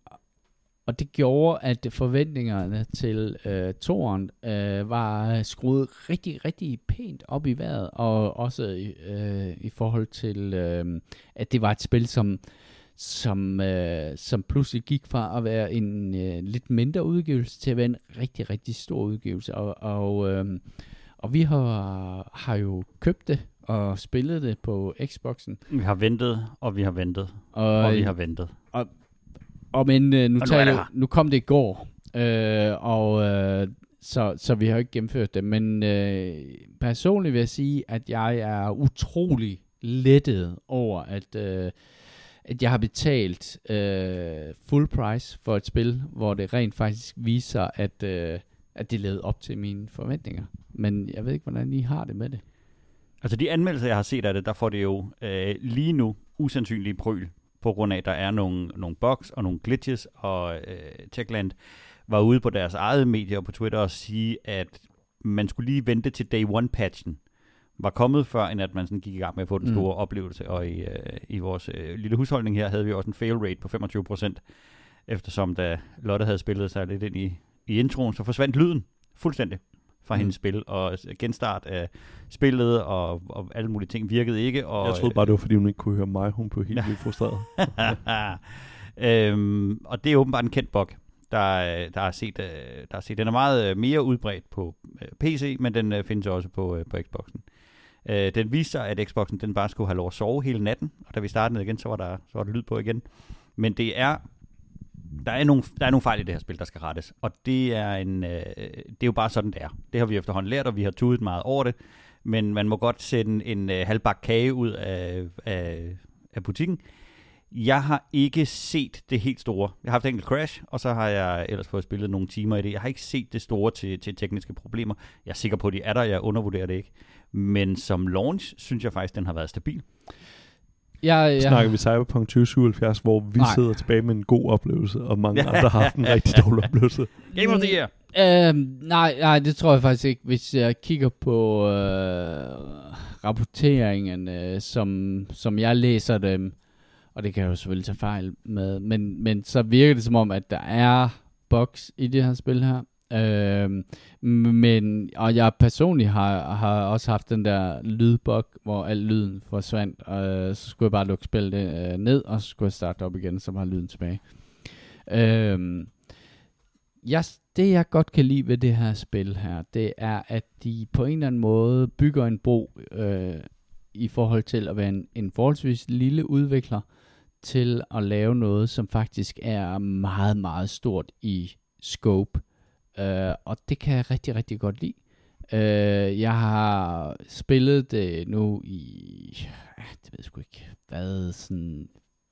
og det gjorde, at forventningerne til øh, toeren øh, var skruet rigtig, rigtig pænt op i vejret, og også øh, i forhold til, øh, at det var et spil, som, som, øh, som pludselig gik fra at være en øh, lidt mindre udgivelse til at være en rigtig, rigtig stor udgivelse. Og, og, øh, og vi har, har jo købt det og spillet det på Xboxen. Vi har ventet, og vi har ventet, Og, og vi har ventet. Og, og men øh, nu, Og nu er det taler, her. nu kom det i går, øh, og øh, så, så vi har ikke gennemført det. Men øh, personligt vil jeg sige, at jeg er utrolig lettet over, at, øh, at jeg har betalt øh, full price for et spil, hvor det rent faktisk viser, at, øh, at det levede op til mine forventninger. Men jeg ved ikke, hvordan I har det med det. Altså de anmeldelser, jeg har set af det, der får det jo øh, lige nu usandsynlige pryl, på grund af, at der er nogle, nogle bugs og nogle glitches, og øh, Techland var ude på deres eget medier og på Twitter og sige, at man skulle lige vente til day one-patchen var kommet, før end at man sådan gik i gang med at få den store mm. oplevelse. Og i, øh, i vores øh, lille husholdning her havde vi også en fail rate på femogtyve procent, eftersom da Lotte havde spillet sig lidt ind i, i introen, så forsvandt lyden fuldstændig fra mm. hendes spil, og genstart af spillet og, og alle mulige ting virkede ikke. Og, Jeg troede bare, det var, fordi hun ikke kunne høre mig. Hun blev helt vildt frustreret. øhm, og det er åbenbart en kendt bug, der, der er set, der er set. Den er meget mere udbredt på P C, men den findes også på, på Xboxen. Øh, den viste sig, at Xboxen den bare skulle have lov at sove hele natten, og da vi startede igen, så var der, så var der lyd på igen. Men det er Der er, nogle, der er nogle fejl i det her spil, der skal rettes, og det er, en, øh, det er jo bare sådan, det er. Det har vi efterhånden lært, og vi har tudet meget over det, men man må godt sætte en, en øh, halvbak kage ud af, af, af butikken. Jeg har ikke set det helt store. Jeg har haft et enkelt crash, og så har jeg ellers fået spillet nogle timer i det. Jeg har ikke set det store til, til tekniske problemer. Jeg er sikker på, at de er der. Jeg undervurderer det ikke. Men som launch, synes jeg faktisk, den har været stabil. Jeg, jeg, Snakker vi Cyberpunk tyve syvoghalvfjerds, hvor vi Nej. sidder tilbage med en god oplevelse, og mange andre har haft en rigtig dårlig oplevelse. Game of the Year! Øhm, nej, nej, det tror jeg faktisk ikke. Hvis jeg kigger på øh, rapporteringen, øh, som, som jeg læser dem, og det kan jeg jo selvfølgelig tage fejl med, men, men så virker det som om, at der er bugs i det her spil her. Øhm, men, og jeg personligt har, har også haft den der lydbug, hvor al lyden forsvandt, og så skulle jeg bare lukke spillet øh, ned, og så skulle jeg starte op igen, så var lyden tilbage. Øhm, jeg, det jeg godt kan lide ved det her spil her, det er, at de på en eller anden måde bygger en bro øh, i forhold til at være en, en forholdsvis lille udvikler, til at lave noget, som faktisk er meget, meget stort i scope. Uh, og det kan jeg rigtig, rigtig godt lide. Uh, jeg har spillet det nu i, uh, det ved jeg sgu ikke, hvad, sådan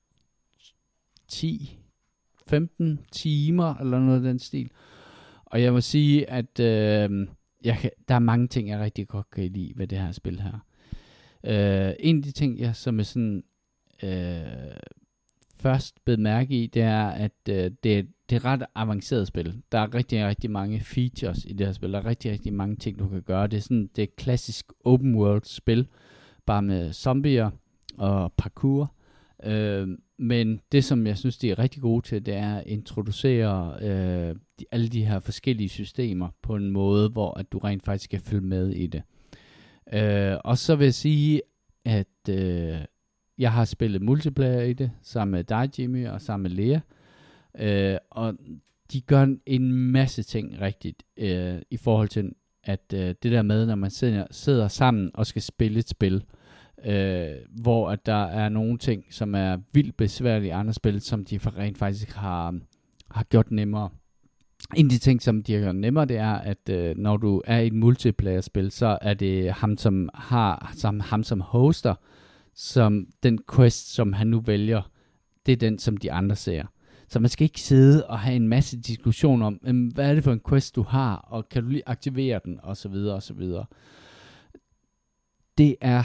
ti femten timer, eller noget af den stil. Og jeg må sige, at uh, jeg kan, der er mange ting, jeg rigtig godt kan lide ved det her spil her. Uh, en af de ting, jeg som er sådan uh, først bed mærke i, det er, at uh, det, det er et ret avanceret spil. Der er rigtig, rigtig mange features i det her spil. Der er rigtig, rigtig mange ting, du kan gøre. Det er sådan det er et klassisk open world spil, bare med zombier og parkour. Uh, men det, som jeg synes, de er rigtig gode til, det er at introducere uh, de, alle de her forskellige systemer på en måde, hvor at du rent faktisk kan følge med i det. Uh, og så vil jeg sige, at uh, jeg har spillet multiplayer i det, sammen med dig, Jimmy, og sammen med Lea. Uh, og de gør en masse ting rigtigt, uh, i forhold til, at uh, det der med, når man sidder, sidder sammen og skal spille et spil, uh, hvor at der er nogle ting, som er vildt besværlige i andre spil, som de rent faktisk har, har gjort nemmere. en af de ting, som de har gjort nemmere, det er, at øh, når du er i et multiplayer-spil, så er det ham, som har, som, ham som hoster, som den quest, som han nu vælger, det er den, som de andre ser. Så man skal ikke sidde og have en masse diskussion om, øh, hvad er det for en quest, du har, og kan du lige aktivere den, og så videre, og så videre. Det er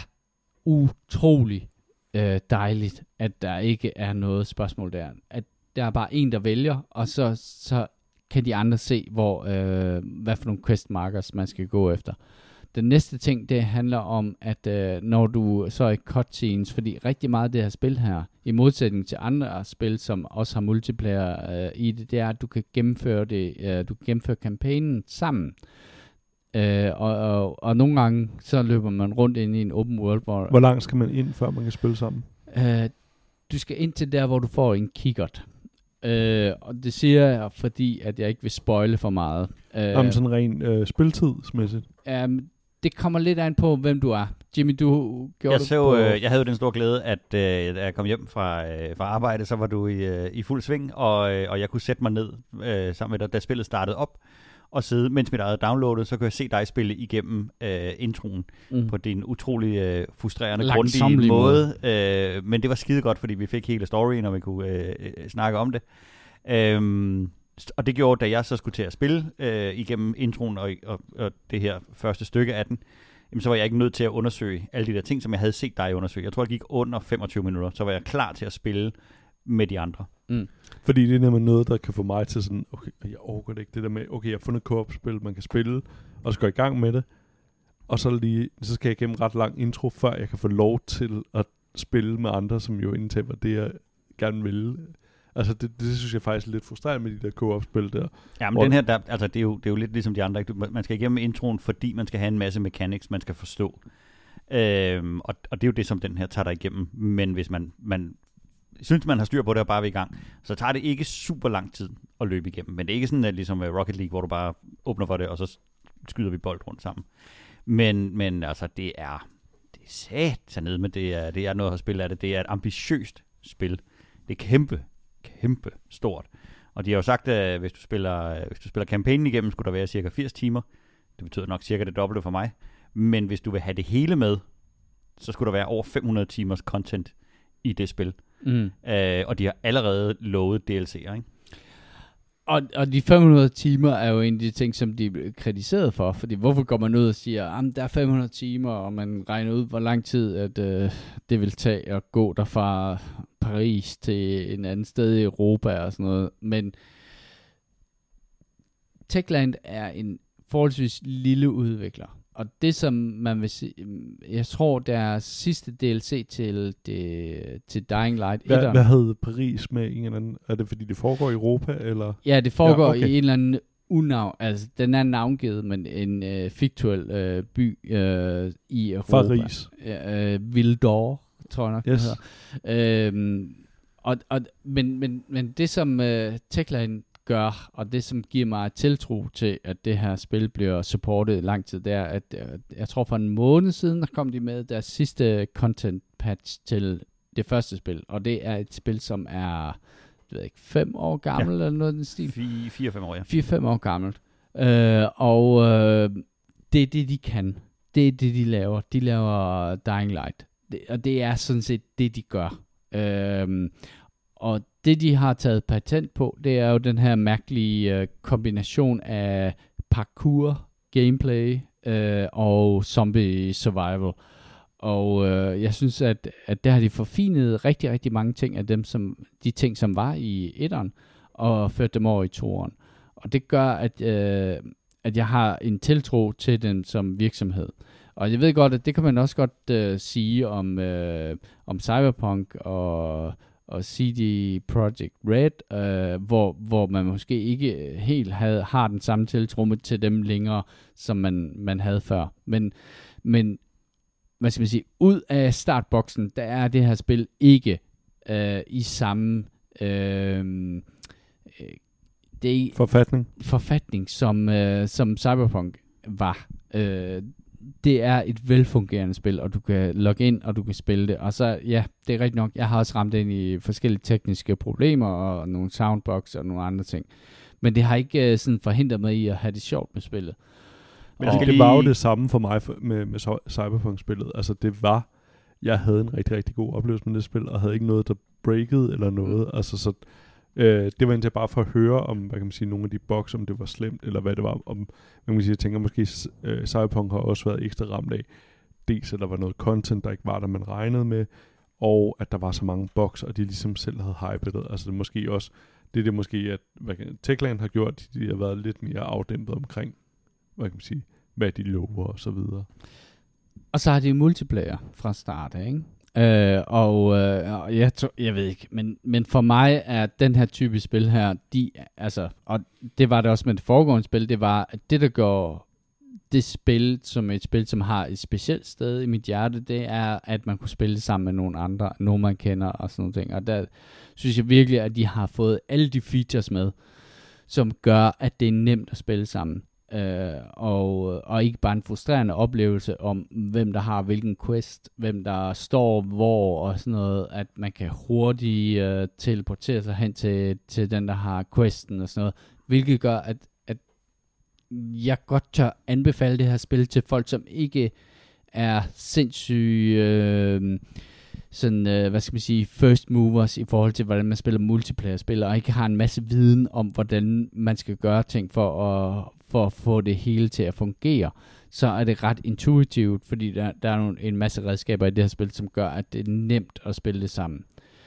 utrolig øh, dejligt, at der ikke er noget spørgsmål der. At der er bare en, der vælger, og så, så kan de andre se, hvor, øh, hvad for nogle quest markers man skal gå efter. Den næste ting, det handler om, at øh, når du så er i cutscenes, fordi rigtig meget af det her spil her, i modsætning til andre spil, som også har multiplayer øh, i det, det er, at du kan gennemføre det, øh, du kan gennemføre kampagnen sammen. Øh, og, og, og nogle gange, så løber man rundt ind i en open world, hvor... Hvor langt skal man ind, før man kan spille sammen? Øh, du skal ind til der, hvor du får en kikkert. Øh, og det siger jeg, fordi at jeg ikke vil spoile for meget. Øh, Jamen sådan ren øh, spiltidsmæssigt. Øh, det kommer lidt an på, hvem du er. Jimmy, du gjorde jeg det så, på... Øh, jeg havde jo den store glæde, at øh, da jeg kom hjem fra, øh, fra arbejde, så var du i, øh, i fuld sving, og, øh, og jeg kunne sætte mig ned øh, sammen med dig, da spillet startede op, og sidde, mens mit eget downloadet, så kunne jeg se dig spille igennem øh, introen mm. på din utrolig øh, frustrerende, grundige måde. måde. Øh, men det var skide godt, fordi vi fik hele storyen, og vi kunne øh, øh, snakke om det. Øhm, og det gjorde, da jeg så skulle til at spille øh, igennem introen og, og, og det her første stykke af den, jamen, så var jeg ikke nødt til at undersøge alle de der ting, som jeg havde set dig undersøge. Jeg tror, det gik under femogtyve minutter, så var jeg klar til at spille med de andre. Mm. Fordi det er nemlig noget, der kan få mig til sådan, okay, jeg overgår det ikke, det der med, okay, jeg har fundet et co-op-spil, man kan spille, og så går i gang med det, og så lige, så skal jeg gennem ret lang intro, før jeg kan få lov til at spille med andre, som jo indtager det, jeg gerne vil. Altså, det, det synes jeg faktisk er lidt frustrerende med de der co-op-spil der. Ja, men den her, der, altså, det er, jo, det er jo lidt ligesom de andre. Man skal igennem introen, fordi man skal have en masse mechanics, man skal forstå. Øhm, og, og det er jo det, som den her tager dig igennem. Men hvis man, man synes, man har styr på det og bare vil i gang, så tager det ikke super lang tid at løbe igennem. Men det er ikke sådan, at ligesom Rocket League, hvor du bare åbner for det, og så skyder vi bold rundt sammen. Men, men altså, det er, det er sat dernede, men det er, det er noget at spille af det. Det er et ambitiøst spil. Det er kæmpe, kæmpe stort. Og de har jo sagt, at hvis du spiller, hvis du spiller kampagnen igennem, skulle der være cirka firs timer. Det betyder nok cirka det dobbelte for mig. Men hvis du vil have det hele med, så skulle der være over fem hundrede timers content i det spil. Mm. Øh, og de har allerede lovet D L C'er, ikke? Og, og de fem hundrede timer er jo en af de ting, som de er kritiseret for. Fordi hvorfor går man ud og siger, at der er fem hundrede timer, og man regner ud, hvor lang tid at, øh, det vil tage at gå der fra Paris til en anden sted i Europa og sådan noget. Men Techland er en forholdsvis lille udvikler. Og det, som man vil sige, jeg tror, deres sidste D L C til, det, til Dying Light... Hvad, hvad hed Paris med en eller anden? Er det, fordi det foregår i Europa, eller...? Ja, det foregår ja, okay. i en eller anden unavn... Altså, den er navngivet, men en øh, fiktuel øh, by øh, i Europa. Paris. Øh, Vildor, tror jeg nok, yes. det hedder. Øhm, og, og, men, men, men det, som øh, Techland gør, og det som giver mig tiltro til, at det her spil bliver supportet i lang tid, det er, at øh, jeg tror for en måned siden, der kom de med deres sidste content patch til det første spil, og det er et spil, som er, jeg ved ikke, fem år gammel, ja. eller noget i den stil. Fire-fem år, ja. Fire-fem år gammelt. Øh, og øh, det er det, de kan. Det er det, de laver. De laver Dying Light. Det, og det er sådan set det, de gør. Øh, og det, de har taget patent på, det er jo den her mærkelige øh, kombination af parkour, gameplay øh, og zombie survival. Og øh, jeg synes, at, at der har de forfinet rigtig, rigtig mange ting af dem, som, de ting, som var i etteren, og ført dem over i toeren. Og det gør, at, øh, at jeg har en tiltro til den som virksomhed. Og jeg ved godt, at det kan man også godt øh, sige om, øh, om Cyberpunk og... og C D Projekt Red, øh, hvor, hvor man måske ikke helt havde, har den samme tiltro til dem længere, som man, man havde før. Men, men hvad skal man sige, ud af startboksen, der er det her spil ikke øh, i samme øh, det forfatning, forfatning som, øh, som Cyberpunk var. Øh, det er et velfungerende spil, og du kan logge ind, og du kan spille det. Og så, ja, det er rigtigt nok, jeg har også ramt ind i forskellige tekniske problemer, og nogle soundbox og nogle andre ting. Men det har ikke uh, sådan forhindret mig i at have det sjovt med spillet. Men det, det var jo det samme for mig for, med, med Cyberpunk-spillet. Altså det var, jeg havde en rigtig, rigtig god oplevelse med det spil, og havde ikke noget, der breakede eller noget. Mm. Altså så, øh, det var egentlig bare for at høre om, hvad kan man sige, nogle af de bugs, om det var slemt, eller hvad det var. Om, hvad kan man sige, jeg tænker måske, øh, Cyberpunk har også været ekstra ramt af, dels at der var noget content, der ikke var, der man regnede med, og at der var så mange bugs, og de ligesom selv havde hypet det. Altså det måske også, det er det måske, at hvad kan, Techland har gjort, de har været lidt mere afdæmpet omkring, hvad kan man sige, hvad de lover og så videre. Og så har de multiplayer fra start, ikke? Øh, og øh, jeg, to, jeg ved ikke, men, men for mig er den her type spil her, de, altså, og det var det også med det foregående spil, det var, at det der går det spil som et spil, som har et specielt sted i mit hjerte, det er, at man kunne spille det sammen med nogle andre, nogen man kender og sådan nogle ting. Og der synes jeg virkelig, at de har fået alle de features med, som gør, at det er nemt at spille sammen. Uh, og, og ikke bare en frustrerende oplevelse om, hvem der har hvilken quest, hvem der står hvor og sådan noget, at man kan hurtigt uh, teleportere sig hen til, til den, der har questen og sådan noget, hvilket gør, at, at jeg godt tør anbefale det her spil til folk, som ikke er sindssyge uh, sådan, uh, hvad skal man sige, first movers i forhold til, hvordan man spiller multiplayer-spil, og ikke har en masse viden om, hvordan man skal gøre ting for at for at få det hele til at fungere, så er det ret intuitivt, fordi der, der er nogle, en masse redskaber i det her spil, som gør, at det er nemt at spille det sammen.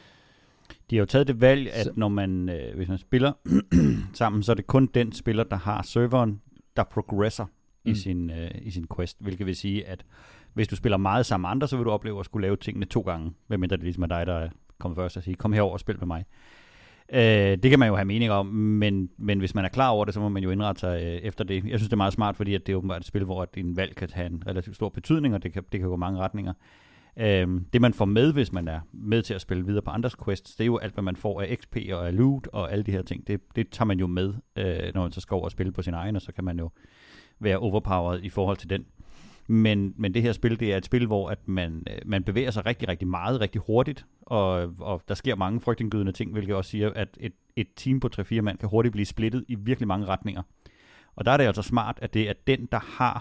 De har jo taget det valg, at så. når man, øh, hvis man spiller sammen, så er det kun den spiller, der har serveren, der progresser mm. i, sin, øh, i sin quest, hvilket vil sige, at hvis du spiller meget sammen med andre, så vil du opleve at skulle lave tingene to gange, medmindre det ligesom er dig, der kommer først og siger, kom herover og spil med mig. Uh, det kan man jo have mening om, men, men hvis man er klar over det, så må man jo indrette sig uh, efter det. Jeg synes, det er meget smart, fordi at det er åbenbart et spil, hvor din valg kan have en relativt stor betydning, og det kan, det kan gå mange retninger. Uh, det man får med, hvis man er med til at spille videre på andres quests, det er jo alt, hvad man får af X P og af loot og alle de her ting. Det, det tager man jo med, uh, når man så skal over og spille på sin egen, og så kan man jo være overpowered i forhold til den. Men, men det her spil, det er et spil, hvor at man, man bevæger sig rigtig, rigtig meget, rigtig hurtigt, og, og der sker mange frygtindgydende ting, hvilket også siger, at et, et team på tre fire mand kan hurtigt blive splittet i virkelig mange retninger. Og der er det altså smart, at det er den, der har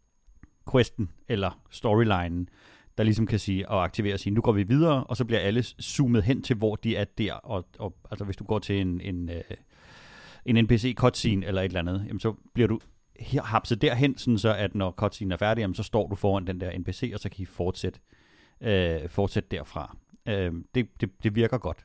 questen eller storylinen, der ligesom kan sige og aktivere og sige, nu går vi videre, og så bliver alle zoomet hen til, hvor de er der. Og, og altså hvis du går til en, en, en N P C cutscene eller et eller andet, jamen, så bliver du hapset derhen, sådan så at når cutscene er færdig, jamen, så står du foran den der N P C, og så kan I fortsætte, øh, fortsætte derfra. Øh, det, det, det virker godt.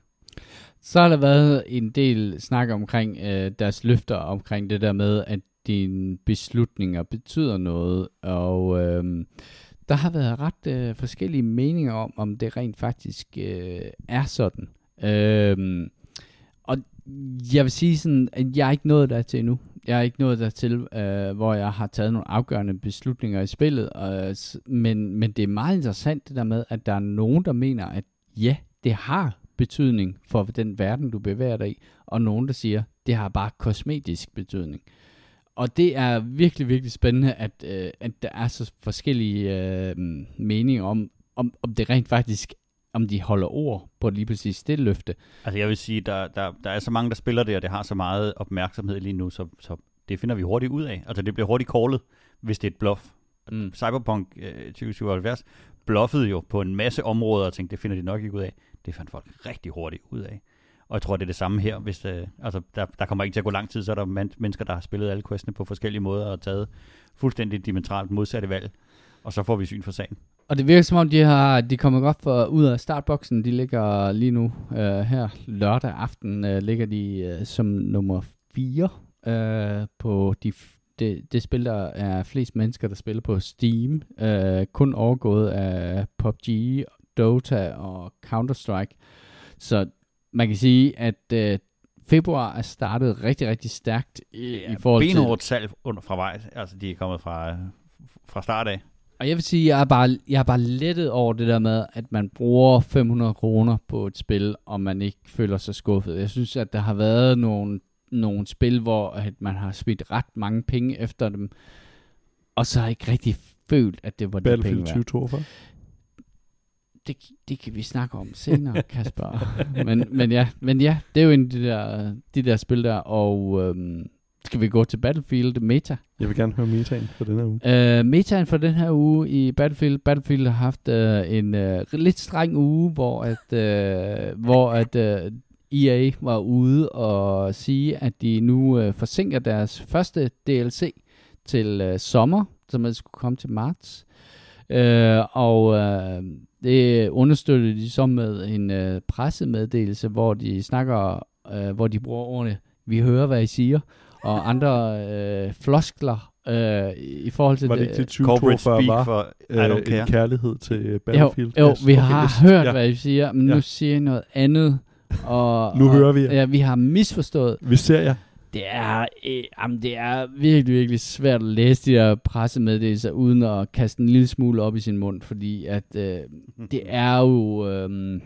Så har der været en del snak omkring øh, deres løfter omkring det der med, at dine beslutninger betyder noget, og øh, der har været ret øh, forskellige meninger om, om det rent faktisk øh, er sådan. Øh, og jeg vil sige sådan, at jeg er ikke nået der til endnu. Jeg er ikke nået der til, øh, hvor jeg har taget nogle afgørende beslutninger i spillet, øh, men, men det er meget interessant det der med, at der er nogen, der mener, at ja, det har betydning for den verden, du bevæger dig i, og nogen, der siger, det har bare kosmetisk betydning. Og det er virkelig, virkelig spændende, at, øh, at der er så forskellige øh, meninger om, om, om det rent faktisk, om de holder ord på lige præcis det løfte. Altså jeg vil sige, der, der, der er så mange, der spiller det, og det har så meget opmærksomhed lige nu, så, så det finder vi hurtigt ud af. Altså det bliver hurtigt callet, hvis det er et bluff. Mm. Cyberpunk øh, tyve syvoghalvfjerds bluffede jo på en masse områder, og tænkte, det finder de nok ikke ud af. Det fandt folk rigtig hurtigt ud af. Og jeg tror, det er det samme her. Hvis, øh, altså, der, der kommer ikke til at gå lang tid, så er der man, mennesker, der har spillet alle questene på forskellige måder og taget fuldstændig diametralt modsatte valg. Og så får vi syn for sagen. Og det virker som om, de har de kommer godt for, ud af startboksen. De ligger lige nu øh, her lørdag aften, øh, ligger de øh, som nummer fire øh, på de, det, det spil, der er flest mennesker, der spiller på Steam. Øh, kun overgået af P U B G, Dota og Counter-Strike. Så man kan sige, at øh, februar er startet rigtig, rigtig stærkt i, ja, i forhold til... benhårdt salg under fra vej. Altså, de er kommet fra, fra start af. Og jeg vil sige, jeg er, bare, jeg er bare lettet over det der med, at man bruger fem hundrede kroner på et spil, og man ikke føler sig skuffet. Jeg synes, at der har været nogle, nogle spil, hvor at man har smidt ret mange penge efter dem, og så har jeg ikke rigtig følt, at det var de penge værd. Battlefield tyve toogfyrre? det, det kan vi snakke om senere, Kasper. men, men, ja, men ja, det er jo en af de der, de der spil der, og øhm, skal vi gå til Battlefield Meta? Jeg vil gerne høre metaen for den her uge. Uh, metaen for den her uge i Battlefield. Battlefield har haft uh, en uh, lidt streng uge, hvor at, uh, hvor at uh, E A var ude og sige, at de nu uh, forsinker deres første D L C til uh, sommer, som skulle komme til marts. Uh, og uh, det understøttede de så med en uh, pressemeddelelse, hvor de snakker, uh, hvor de bruger ordene, vi hører, hvad I siger, og andre øh, floskler øh, i forhold til var det. det ikke tyve toogfyrre var for, øh, en kærlighed til Battlefield? Jo, jo yes, vi okay, har yes, hørt, ja. hvad I siger, men ja. Nu siger I noget andet. Og, nu og, hører vi jer. Ja, vi har misforstået. Vi ser jer. Det er, øh, jamen, det er virkelig, virkelig svært at læse de der pressemeddelelser, uden at kaste en lille smule op i sin mund, fordi at øh, det er jo... Øh,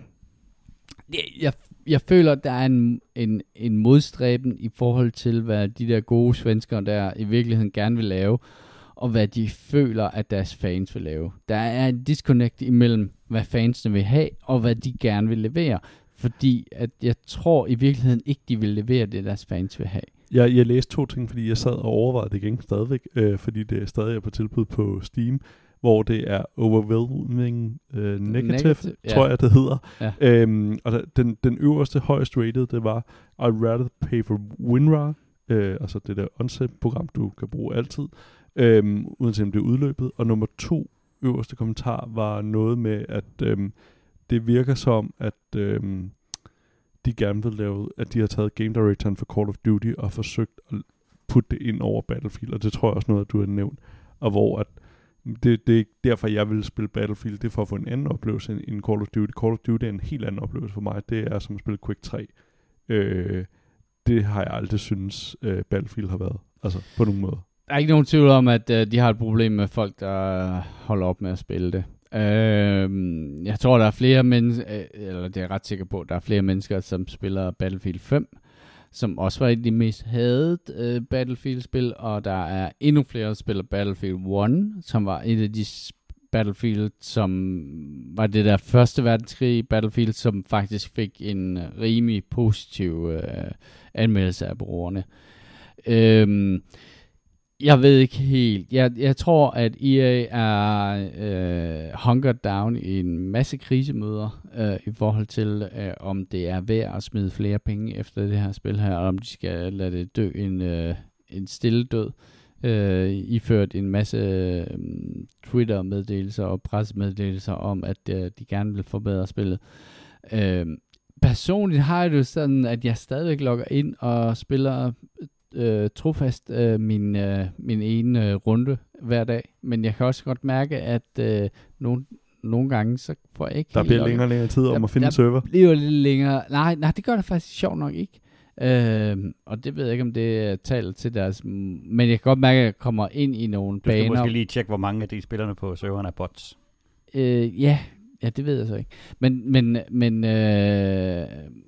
det, jeg Jeg føler, at der er en, en, en modstræben i forhold til, hvad de der gode svenskere der i virkeligheden gerne vil lave, og hvad de føler, at deres fans vil lave. Der er en disconnect imellem, hvad fansene vil have, og hvad de gerne vil levere. Fordi at jeg tror i virkeligheden ikke, de vil levere det, deres fans vil have. Jeg, jeg læste to ting, fordi jeg sad og overvejede det igen stadigvæk, øh, fordi det er stadig på tilbud på Steam, hvor det er overwhelming uh, negative, negative tror ja. jeg, det hedder. Ja. Øhm, og der, den, den øverste, højst rated, det var I'd rather pay for WinRAR, øh, altså det der onset-program, du kan bruge altid, øhm, uanset om det er udløbet. Og nummer to øverste kommentar var noget med, at øhm, det virker som, at øhm, de gerne vil lave, at de har taget game directoren for Call of Duty og forsøgt at putte det ind over Battlefield, og det tror jeg også noget, at du har nævnt, og hvor at Det, det er derfor, jeg vil spille Battlefield. Det er for at få en anden oplevelse end Call of Duty. Call of Duty er en helt anden oplevelse for mig. Det er som at spille Quake tre. Øh, det har jeg aldrig synes øh, Battlefield har været. Altså, på nogen måde. Der er ikke nogen tvivl om, at øh, de har et problem med folk, der holder op med at spille det. Øh, jeg tror, der er flere mennesker, øh, eller det er jeg ret sikker på, der er flere mennesker, som spiller Battlefield fem, som også var et af de mest hadede øh, Battlefield-spil, og der er endnu flere, der spiller Battlefield et, som var et af de Battlefield, som var det der første verdenskrig Battlefield, som faktisk fik en rimelig positiv øh, anmeldelse af brugerne. Øhm, jeg ved ikke helt. Jeg, jeg tror, at E A er øh, hunkered down i en masse krisemøder øh, i forhold til, øh, om det er værd at smide flere penge efter det her spil her, og om de skal lade det dø en, øh, en stille død. Øh, iført en masse øh, Twitter-meddelelser og pressemeddelelser om, at øh, de gerne vil forbedre spillet. Øh, personligt har jeg det sådan, at jeg stadigvæk logger ind og spiller øh, trofast øh, min, øh, min ene øh, runde hver dag. Men jeg kan også godt mærke, at øh, nogle, nogle gange, så får jeg ikke... Der bliver længere og længere tid om der, at finde en server. Der bliver lidt længere... Nej, nej, det gør det faktisk sjovt nok ikke. Øh, og det ved jeg ikke, om det taler til deres... Men jeg kan godt mærke, at jeg kommer ind i nogle baner... Du skal måske lige tjekke, hvor mange af de spillerne på serveren er bots. Øh, ja, ja, det ved jeg så ikke. Men, men, men øh,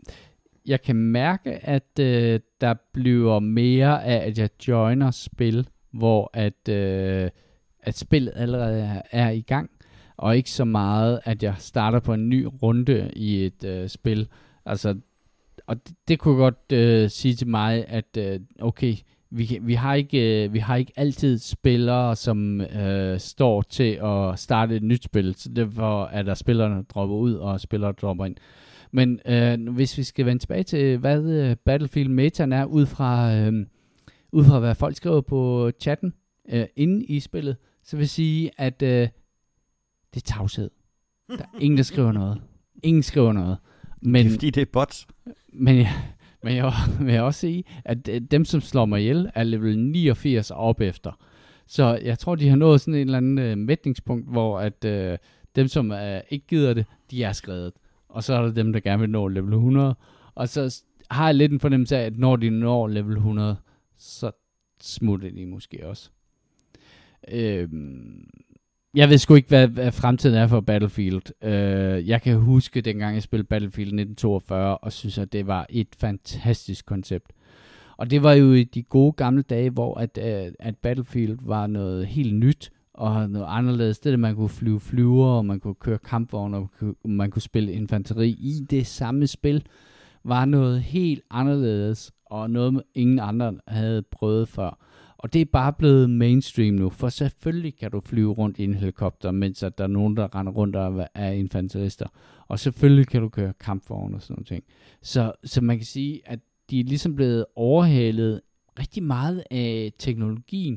jeg kan mærke, at øh, der bliver mere af, at jeg joiner spil, hvor at, øh, at spillet allerede er, er i gang, og ikke så meget, at jeg starter på en ny runde i et øh, spil. Altså, og det, det kunne godt øh, sige til mig, at øh, okay, vi, vi, har ikke, øh, vi har ikke altid spillere, som øh, står til at starte et nyt spil, så derfor er der spillerne, der dropper ud, og spillere dropper ind. Men øh, hvis vi skal vende tilbage til, hvad øh, Battlefield metaen er, ud fra, øh, ud fra hvad folk skriver på chatten øh, inde i spillet, så vil jeg sige, at øh, det er tavshed. Der er ingen, der skriver noget. Ingen skriver noget. Men, det er fordi, det er bots. Men, ja, men jeg vil også sige, at dem, som slår mig ihjel, er level niogfirs op efter. Så jeg tror, de har nået sådan en eller anden uh, mætningspunkt, hvor at uh, dem, som uh, ikke gider det, de er skredet. Og så er der dem, der gerne vil nå level hundrede. Og så har jeg lidt en fornemmelse af, at når de når level hundrede, så smutter de måske også. Øhm... Jeg ved sgu ikke, hvad, hvad fremtiden er for Battlefield. Uh, jeg kan huske, dengang jeg spillede Battlefield nitten toogfyrre, og synes, at det var et fantastisk koncept. Og det var jo i de gode gamle dage, hvor at, uh, at Battlefield var noget helt nyt, og noget anderledes. Det er, at man kunne flyve flyver, og man kunne køre kampvogne, og man kunne, man kunne spille infanteri i det samme spil, var noget helt anderledes, og noget ingen andre havde prøvet før. Og det er bare blevet mainstream nu, for selvfølgelig kan du flyve rundt i en helikopter, mens at der er nogen, der render rundt og er infanterister. Og selvfølgelig kan du køre kampvogne og sådan noget ting. Så, så man kan sige, at de er ligesom blevet overhalet rigtig meget af teknologien.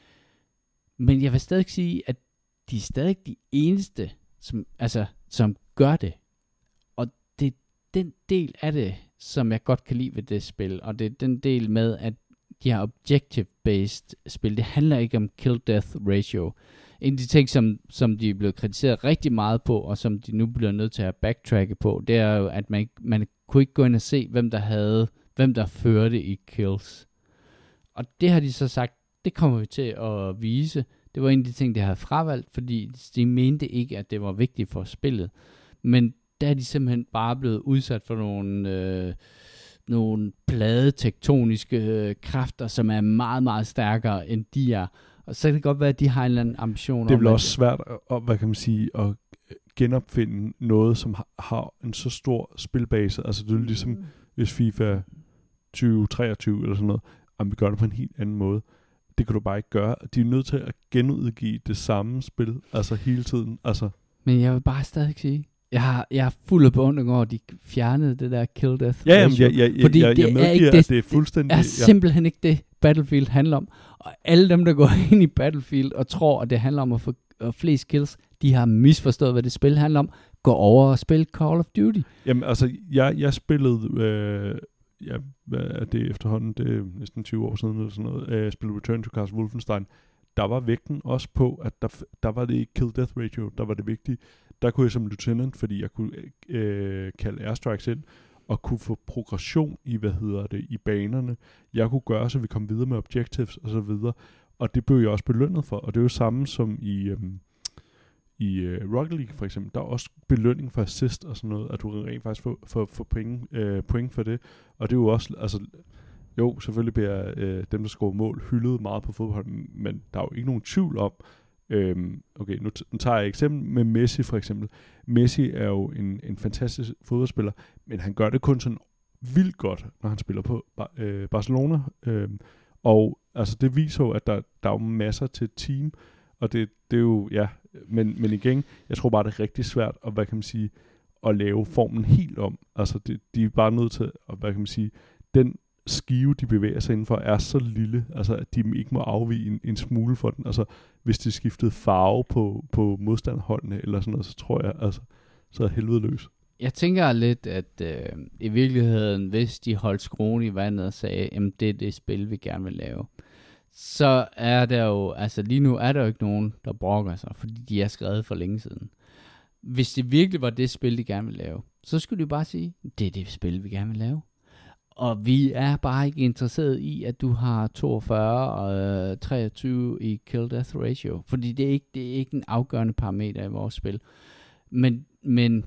Men jeg vil stadig sige, at de er stadig de eneste, som, altså, som gør det. Og det er den del af det, som jeg godt kan lide ved det spil. Og det er den del med, at de her objective-based spil, det handler ikke om kill-death ratio. En af de ting, som, som de er blevet kritiseret rigtig meget på, og som de nu bliver nødt til at backtracke på, det er jo, at man, man kunne ikke gå ind og se, hvem der havde, hvem der førte i kills. Og det har de så sagt, det kommer vi til at vise. Det var en af de ting, de havde fravalgt, fordi de mente ikke, at det var vigtigt for spillet. Men der er de simpelthen bare blevet udsat for nogle, øh, nogle pladetektoniske øh, kræfter, som er meget, meget stærkere, end de er. Og så kan det godt være, at de har en eller anden ambition. Det er vel også svært at, hvad kan man sige, at genopfinde noget, som har, har en så stor spilbase. Altså det er ligesom, mm. hvis FIFA tyve treogtyve eller sådan noget, om vi gør det på en helt anden måde. Det kan du bare ikke gøre. De er nødt til at genudgive det samme spil, altså hele tiden. Altså. Men jeg vil bare stadig sige, jeg har, jeg har fuld af beundring over, at de fjernede det der kill death ja, jamen, jeg, jeg, fordi jeg, det jeg medgiver, er ikke det, det, at det er fuldstændig... Det er simpelthen ikke det, Battlefield handler om. Og alle dem, der går ind i Battlefield og tror, at det handler om at få at flest kills, de har misforstået, hvad det spil handler om. Gå over og spil Call of Duty. Jamen altså, jeg, jeg spillede... Øh, ja, hvad er det efterhånden? Det er næsten tyve år siden eller sådan noget. Øh, jeg spillede Return to Castle Wolfenstein. Der var vægten også på, at der, der var det ikke kill-death ratio, der var det vigtige. Der kunne jeg som lieutenant, fordi jeg kunne øh, kalde airstrikes ind, og kunne få progression i, hvad hedder det, i banerne. Jeg kunne gøre, så vi kom videre med objectives og så videre. Og det blev jeg også belønnet for. Og det er jo samme som i, øhm, i uh, Rocket League for eksempel. Der er også belønning for assist og sådan noget, at du rent faktisk får, får, får point, øh, point for det. Og det er jo også, altså, jo, selvfølgelig bliver øh, dem, der scorer mål, hyldet meget på fodbold, men der er jo ikke nogen tvivl om, øhm, okay, nu, t- nu tager jeg et eksempel med Messi for eksempel. Messi er jo en, en fantastisk fodboldspiller, men han gør det kun sådan vildt godt, når han spiller på bar- øh, Barcelona. Øhm, og altså, det viser jo, at der, der er jo masser til et team, og det, det er jo, ja, men, men igen, jeg tror bare, det er rigtig svært at, hvad kan man sige, at lave formen helt om. Altså, det, de er bare nødt til at, hvad kan man sige, den skive, de bevæger sig indenfor, er så lille, altså, at de ikke må afvige en, en smule for den. Altså, hvis de skiftede farve på, på modstanderholdene, eller sådan noget, så tror jeg, altså, så er helvede løs. Jeg tænker lidt, at øh, i virkeligheden, hvis de holdt skruen i vandet og sagde, jamen det er det spil, vi gerne vil lave, så er der jo, altså lige nu er der jo ikke nogen, der brokker sig, fordi de er skrevet for længe siden. Hvis det virkelig var det spil, de gerne vil lave, så skulle de bare sige, det er det spil, vi gerne vil lave. Og vi er bare ikke interesseret i, at du har toogfyrre og treogtyve i kill death ratio, fordi det er ikke, det er ikke en afgørende parameter i vores spil. Men, men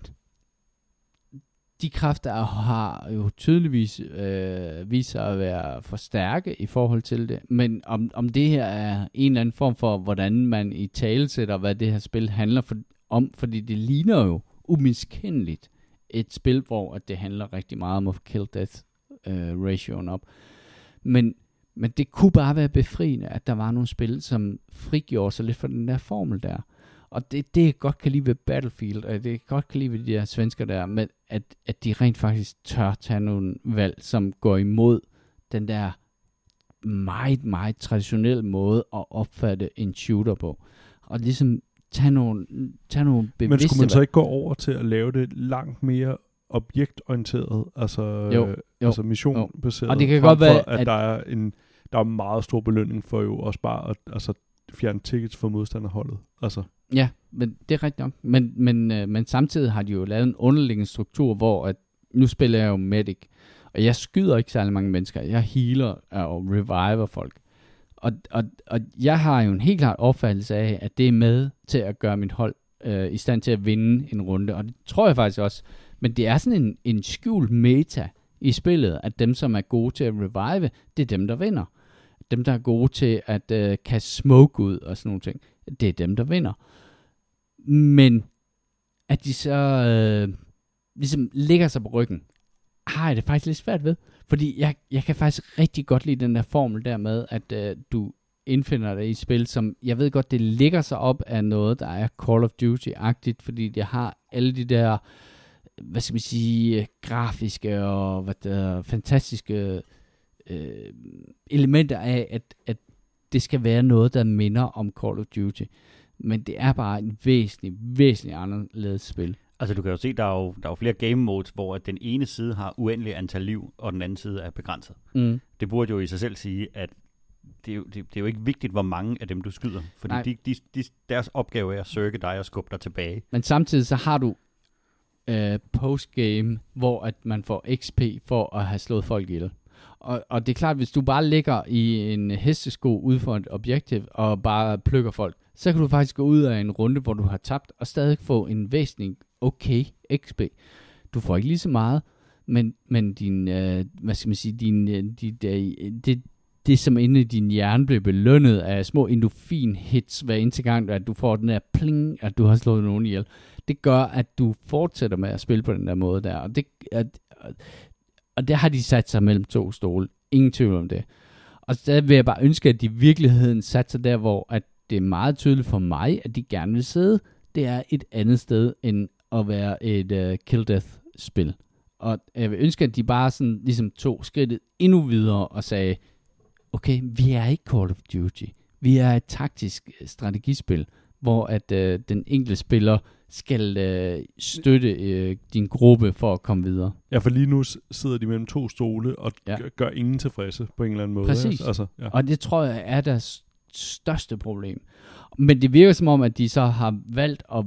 de kræfter har jo tydeligvis øh, vist sig at være for stærke i forhold til det. Men om, om det her er en eller anden form for, hvordan man i tale sætter, hvad det her spil handler for, om, fordi det ligner jo umiskendeligt et spil, hvor at det handler rigtig meget om at kill death øh, ratioen op. Men, men det kunne bare være befriende, at der var nogle spil, som frigjorde sig lidt fra den der formel der. Og det, det jeg godt kan lide ved Battlefield, og det jeg godt kan lide ved de der svensker der, med at, at de rent faktisk tør tage nogle valg, som går imod den der meget, meget traditionelle måde at opfatte en shooter på. Og ligesom tage nogle, tage nogle bevidste... Men skulle man så ikke gå over til at lave det langt mere objektorienteret, altså, jo, jo, altså missionbaseret, og det kan godt være, at, at der er en der er meget stor belønning for jo også bare at altså, fjerne tickets for modstanderholdet. Altså. Ja, men det er rigtigt nok. Men, men, øh, men samtidig har de jo lavet en underliggende struktur, hvor at, nu spiller jeg jo medic, og jeg skyder ikke særlig mange mennesker. Jeg healer og reviver folk. Og, og, og jeg har jo en helt klart opfattelse af, at det er med til at gøre mit hold øh, i stand til at vinde en runde. Og det tror jeg faktisk også. Men det er sådan en, en skjult meta i spillet, at dem, som er gode til at revive, det er dem, der vinder. Dem, der er gode til at øh, kaste smoke ud og sådan nogle ting. det er dem, der vinder. Men at de så øh, ligesom ligger sig på ryggen, har jeg det faktisk lidt svært ved. Fordi jeg, jeg kan faktisk rigtig godt lide den der formel der med, at øh, du indfinder dig i spil, som jeg ved godt, det ligger sig op af noget, der er Call of Duty-agtigt, fordi det har alle de der, hvad skal man sige, grafiske og hvad der, fantastiske øh, elementer af, at, at det skal være noget, der minder om Call of Duty. Men det er bare en væsentlig, væsentlig anderledes spil. Altså du kan jo se, der er jo, der er jo flere game modes, hvor den ene side har uendelig antal liv, og den anden side er begrænset. Mm. Det burde jo i sig selv sige, at det er, jo, det, det er jo ikke vigtigt, hvor mange af dem du skyder. Fordi de, de, de, deres opgave er at søge dig og skubbe dig tilbage. Men samtidig så har du øh, postgame, hvor at man får X P for at have slået folk ihjel. Og, og det er klart, hvis du bare ligger i en hestesko ude for et objektiv og bare plukker folk, så kan du faktisk gå ud af en runde, hvor du har tabt, og stadig få en væsentlig okay X P. Du får ikke lige så meget, men, men din, øh, hvad skal man sige, din, øh, dit, øh, det, det som inde i din hjerne bliver belønnet af små endorfin-hits hver eneste gang, at du får den der pling, at du har slået nogen ihjel. Det gør, at du fortsætter med at spille på den der måde der, og det, at, og der har de sat sig mellem to stole. Ingen tvivl om det. Og så vil jeg bare ønske, at de i virkeligheden satte sig der, hvor at det er meget tydeligt for mig, at de gerne vil sidde. Det er et andet sted, end at være et uh, kill-death-spil. Og jeg vil ønske, at de bare sådan, ligesom tog skridtet endnu videre og sagde, okay, vi er ikke Call of Duty. Vi er et taktisk strategispil, hvor at uh, den enkelte spiller skal uh, støtte uh, din gruppe for at komme videre. Ja, for lige nu sidder de mellem to stole og ja. gør, gør ingen tilfredse på en eller anden måde. Præcis. Altså, ja. Og det tror jeg er deres største problem. Men det virker som om, at de så har valgt at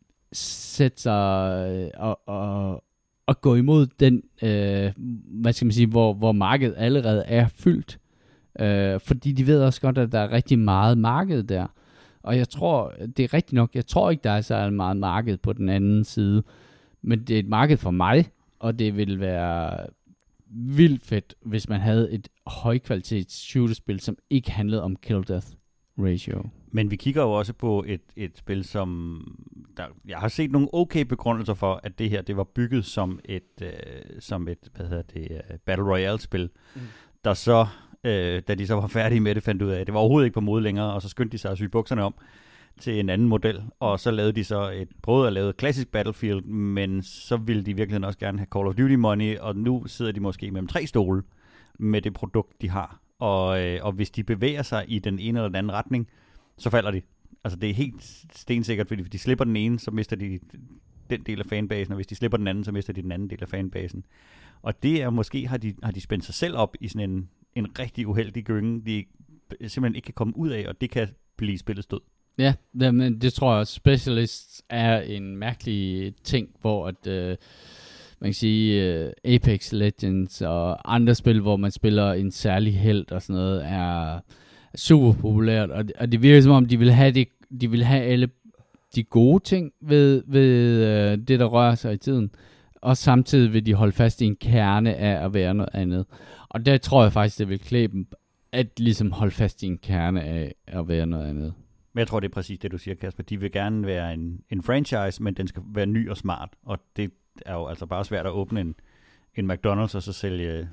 sætte sig og, og, og gå imod den, øh, hvad skal man sige, hvor, hvor markedet allerede er fyldt. Øh, fordi de ved også godt, at der er rigtig meget marked der. Og jeg tror, det er rigtigt nok, jeg tror ikke, der er så meget marked på den anden side. Men det er et marked for mig, og det vil være vildt fedt, hvis man havde et højkvalitets shooterspil, som ikke handlede om kill-death ratio. Men vi kigger jo også på et, et spil, som der, jeg har set nogle okay begrundelser for, at det her det var bygget som et, øh, som et hvad hedder det, uh, Battle Royale-spil, mm. der så, øh, da de så var færdige med det, fandt ud af, at det var overhovedet ikke på mode længere, og så skyndte de sig at sy bukserne om til en anden model, og så lavede de så et, prøvede at lave et klassisk Battlefield, men så ville de virkelig også gerne have Call of Duty money, og nu sidder de måske mellem tre stole med det produkt, de har. Og, øh, og hvis de bevæger sig i den ene eller den anden retning, så falder de. Altså det er helt stensikkert, fordi hvis de slipper den ene, så mister de den del af fanbasen, og hvis de slipper den anden, så mister de den anden del af fanbasen. Og det er måske, har de, har de spændt sig selv op i sådan en, en rigtig uheldig gynge, de simpelthen ikke kan komme ud af, og det kan blive spillets død. Ja, men det tror jeg også. Specialists er en mærkelig ting, hvor at, øh, man kan sige, uh, Apex Legends og andre spil, hvor man spiller en særlig helt og sådan noget, er super populært, og, og det virker som om, de vil have, det, de vil have alle de gode ting ved, ved uh, det, der rører sig i tiden, og samtidig vil de holde fast i en kerne af at være noget andet. Og der tror jeg faktisk, det vil klæbe dem, at ligesom holde fast i en kerne af at være noget andet. Men jeg tror, det er præcis det, du siger, Kasper. De vil gerne være en, en franchise, men den skal være ny og smart, og det er jo altså bare svært at åbne en, en McDonald's og så sælge,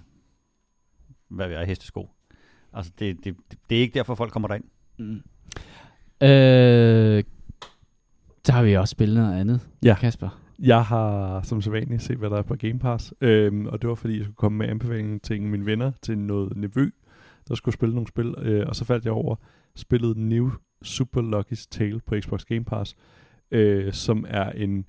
hvad ved jeg, hestesko. Altså, det, det, det er ikke derfor, folk kommer derind. Mm. Øh, der har vi også spillet noget andet, ja. Kasper. Jeg har som sædvanligt set, hvad der er på Game Pass, øhm, og det var, fordi jeg skulle komme med anbefalingen til mine venner til noget nevø, der skulle spille nogle spil, øh, og så faldt jeg over spillet New Super Lucky's Tale på Xbox Game Pass, øh, som er en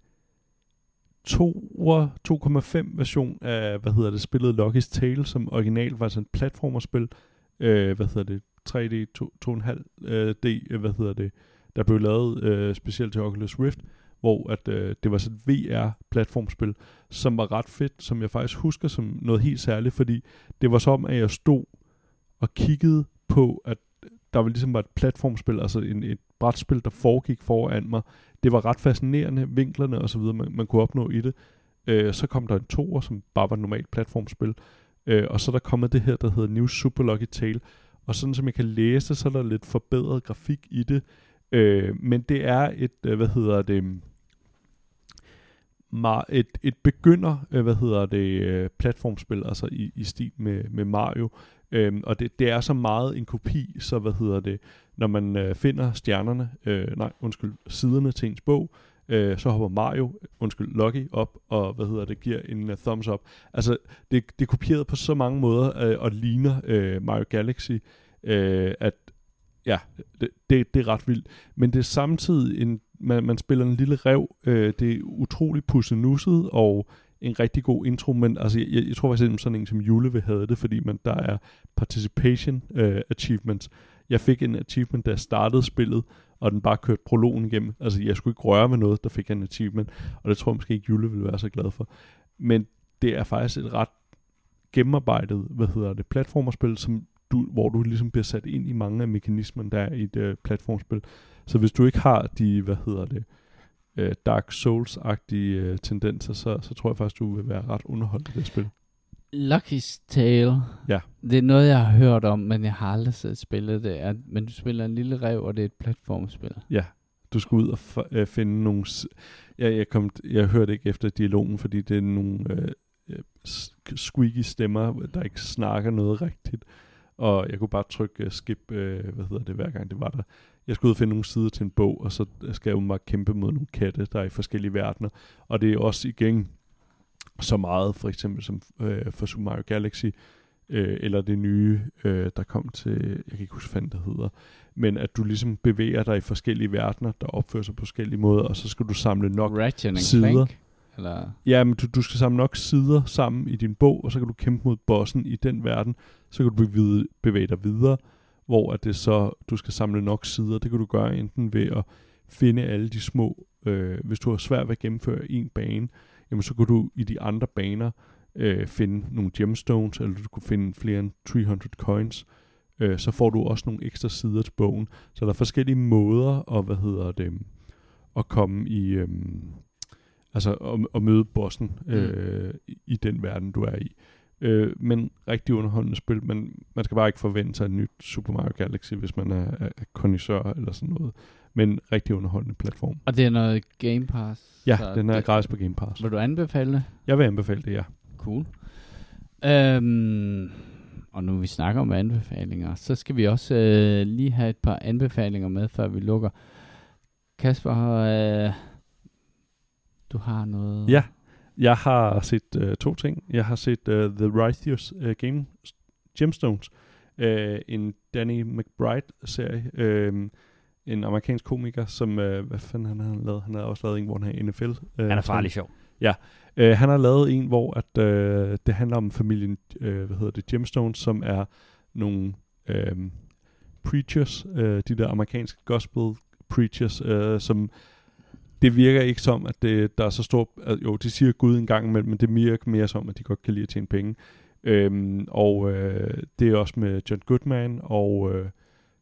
to komma fem version af, hvad hedder det, spillet Lucky's Tale, som originalt var sådan et platformerspil, øh, hvad hedder det, tre D, to komma fem D, øh, hvad hedder det, der blev lavet øh, specielt til Oculus Rift, hvor at, øh, det var sådan et V R-platformspil, som var ret fedt, som jeg faktisk husker som noget helt særligt, fordi det var som, at jeg stod og kiggede på, at der var ligesom var et platformspil, altså en, et brætspil, der foregik foran mig. Det var ret fascinerende, vinklerne og så videre, man, man kunne opnå i det. Øh, så kom der en toer, som bare var et normalt platformspil. Øh, og så er der kommet det her, der hedder New Super Lucky Tale. Og sådan som jeg kan læse, så er der lidt forbedret grafik i det. Øh, men det er et, øh, hvad hedder det, et, et begynder, øh, hvad hedder det, øh, platformspil, altså i, i stil med, med Mario. Øhm, og det, det er så meget en kopi, så hvad hedder det, når man øh, finder stjernerne, øh, nej, undskyld, siderne til ens bog, øh, så hopper Mario, undskyld, Lucky op, og hvad hedder det, giver en uh, thumbs up. Altså, det, det er kopieret på så mange måder, øh, og ligner øh, Mario Galaxy, øh, at ja, det, det, det er ret vildt. Men det er samtidig, en, man, man spiller en lille rev, øh, det er utrolig pussenusset, og en rigtig god intro, men altså, jeg, jeg tror faktisk, at sådan en som Jule vil have det, fordi man, der er participation uh, achievements. Jeg fik en achievement, da jeg startede spillet, og den bare kørte prologen igennem. Altså, jeg skulle ikke røre med noget, der fik en achievement, og det tror jeg måske ikke, Jule ville være så glad for. Men det er faktisk et ret gennemarbejdet, hvad hedder det, platformerspil, som du, hvor du ligesom bliver sat ind i mange af mekanismerne, der er i et uh, platformspil. Så hvis du ikke har de, hvad hedder det, uh, Dark Souls-agtige uh, tendenser, så, så tror jeg faktisk, du vil være ret underholdt i det spil. Lucky's Tale. Ja. Det er noget, jeg har hørt om, men jeg har aldrig selv spillet det. Er, men du spiller en lille rev, og det er et platformspil. Ja, du skal ud og f- øh, finde nogle... S- jeg, jeg, kom, jeg hørte ikke efter dialogen, fordi det er nogle øh, squeaky stemmer, der ikke snakker noget rigtigt. Og jeg kunne bare trykke uh, skip, øh, hvad hedder det, hver gang det var der. Jeg skulle ud og finde nogle sider til en bog, og så skal jeg jo bare kæmpe mod nogle katte, der er i forskellige verdener. Og det er også igen så meget, for eksempel som øh, for Super Mario Galaxy, øh, eller det nye, øh, der kom til, jeg kan ikke huske, hvad det hedder, men at du ligesom bevæger dig i forskellige verdener, der opfører sig på forskellige måder, og så skal du samle nok Ratchet sider. Clank, eller? Ja, men du, du skal samle nok sider sammen i din bog, og så kan du kæmpe mod bossen i den verden, så kan du bevæge, bevæge dig videre, hvor at det så, du skal samle nok sider. Det kan du gøre enten ved at finde alle de små, øh, hvis du har svært ved at gennemføre en bane, jamen så kan du i de andre baner øh, finde nogle gemstones, eller du kunne finde flere end tre hundrede coins. Øh, så får du også nogle ekstra sider til bogen. Så der er forskellige måder at, hvad hedder det, at komme i, øh, altså at, at møde bossen øh, mm. i, i den verden, du er i. Øh, men rigtig underholdende spil, men man skal bare ikke forvente sig et nyt Super Mario Galaxy, hvis man er, er connoisseur eller sådan noget. Men rigtig underholdende platform. Og det er noget Game Pass? Ja, den er gratis på Game Pass. Vil du anbefale det? Jeg vil anbefale det, ja. Cool. Øhm, og nu vi snakker om anbefalinger, så skal vi også øh, lige have et par anbefalinger med, før vi lukker. Kasper, øh, du har noget... Ja, jeg har set øh, to ting. Jeg har set øh, The Righteous øh, Game Gemstones, øh, en Danny McBride-serie, øh, en amerikansk komiker, som, øh, hvad fanden han har lavet? Han har også lavet en, hvor han er N F L. Øh, han er farlig sjov. Ja, øh, han har lavet en, hvor at, øh, det handler om familien, øh, hvad hedder det, Gemstones, som er nogle øh, preachers, øh, de der amerikanske gospel preachers, øh, som det virker ikke som, at det, der er så stor, at, jo, de siger Gud en gang imellem, men det virker mere som, at de godt kan lide at tjene penge. Øhm, og øh, det er også med John Goodman og øh,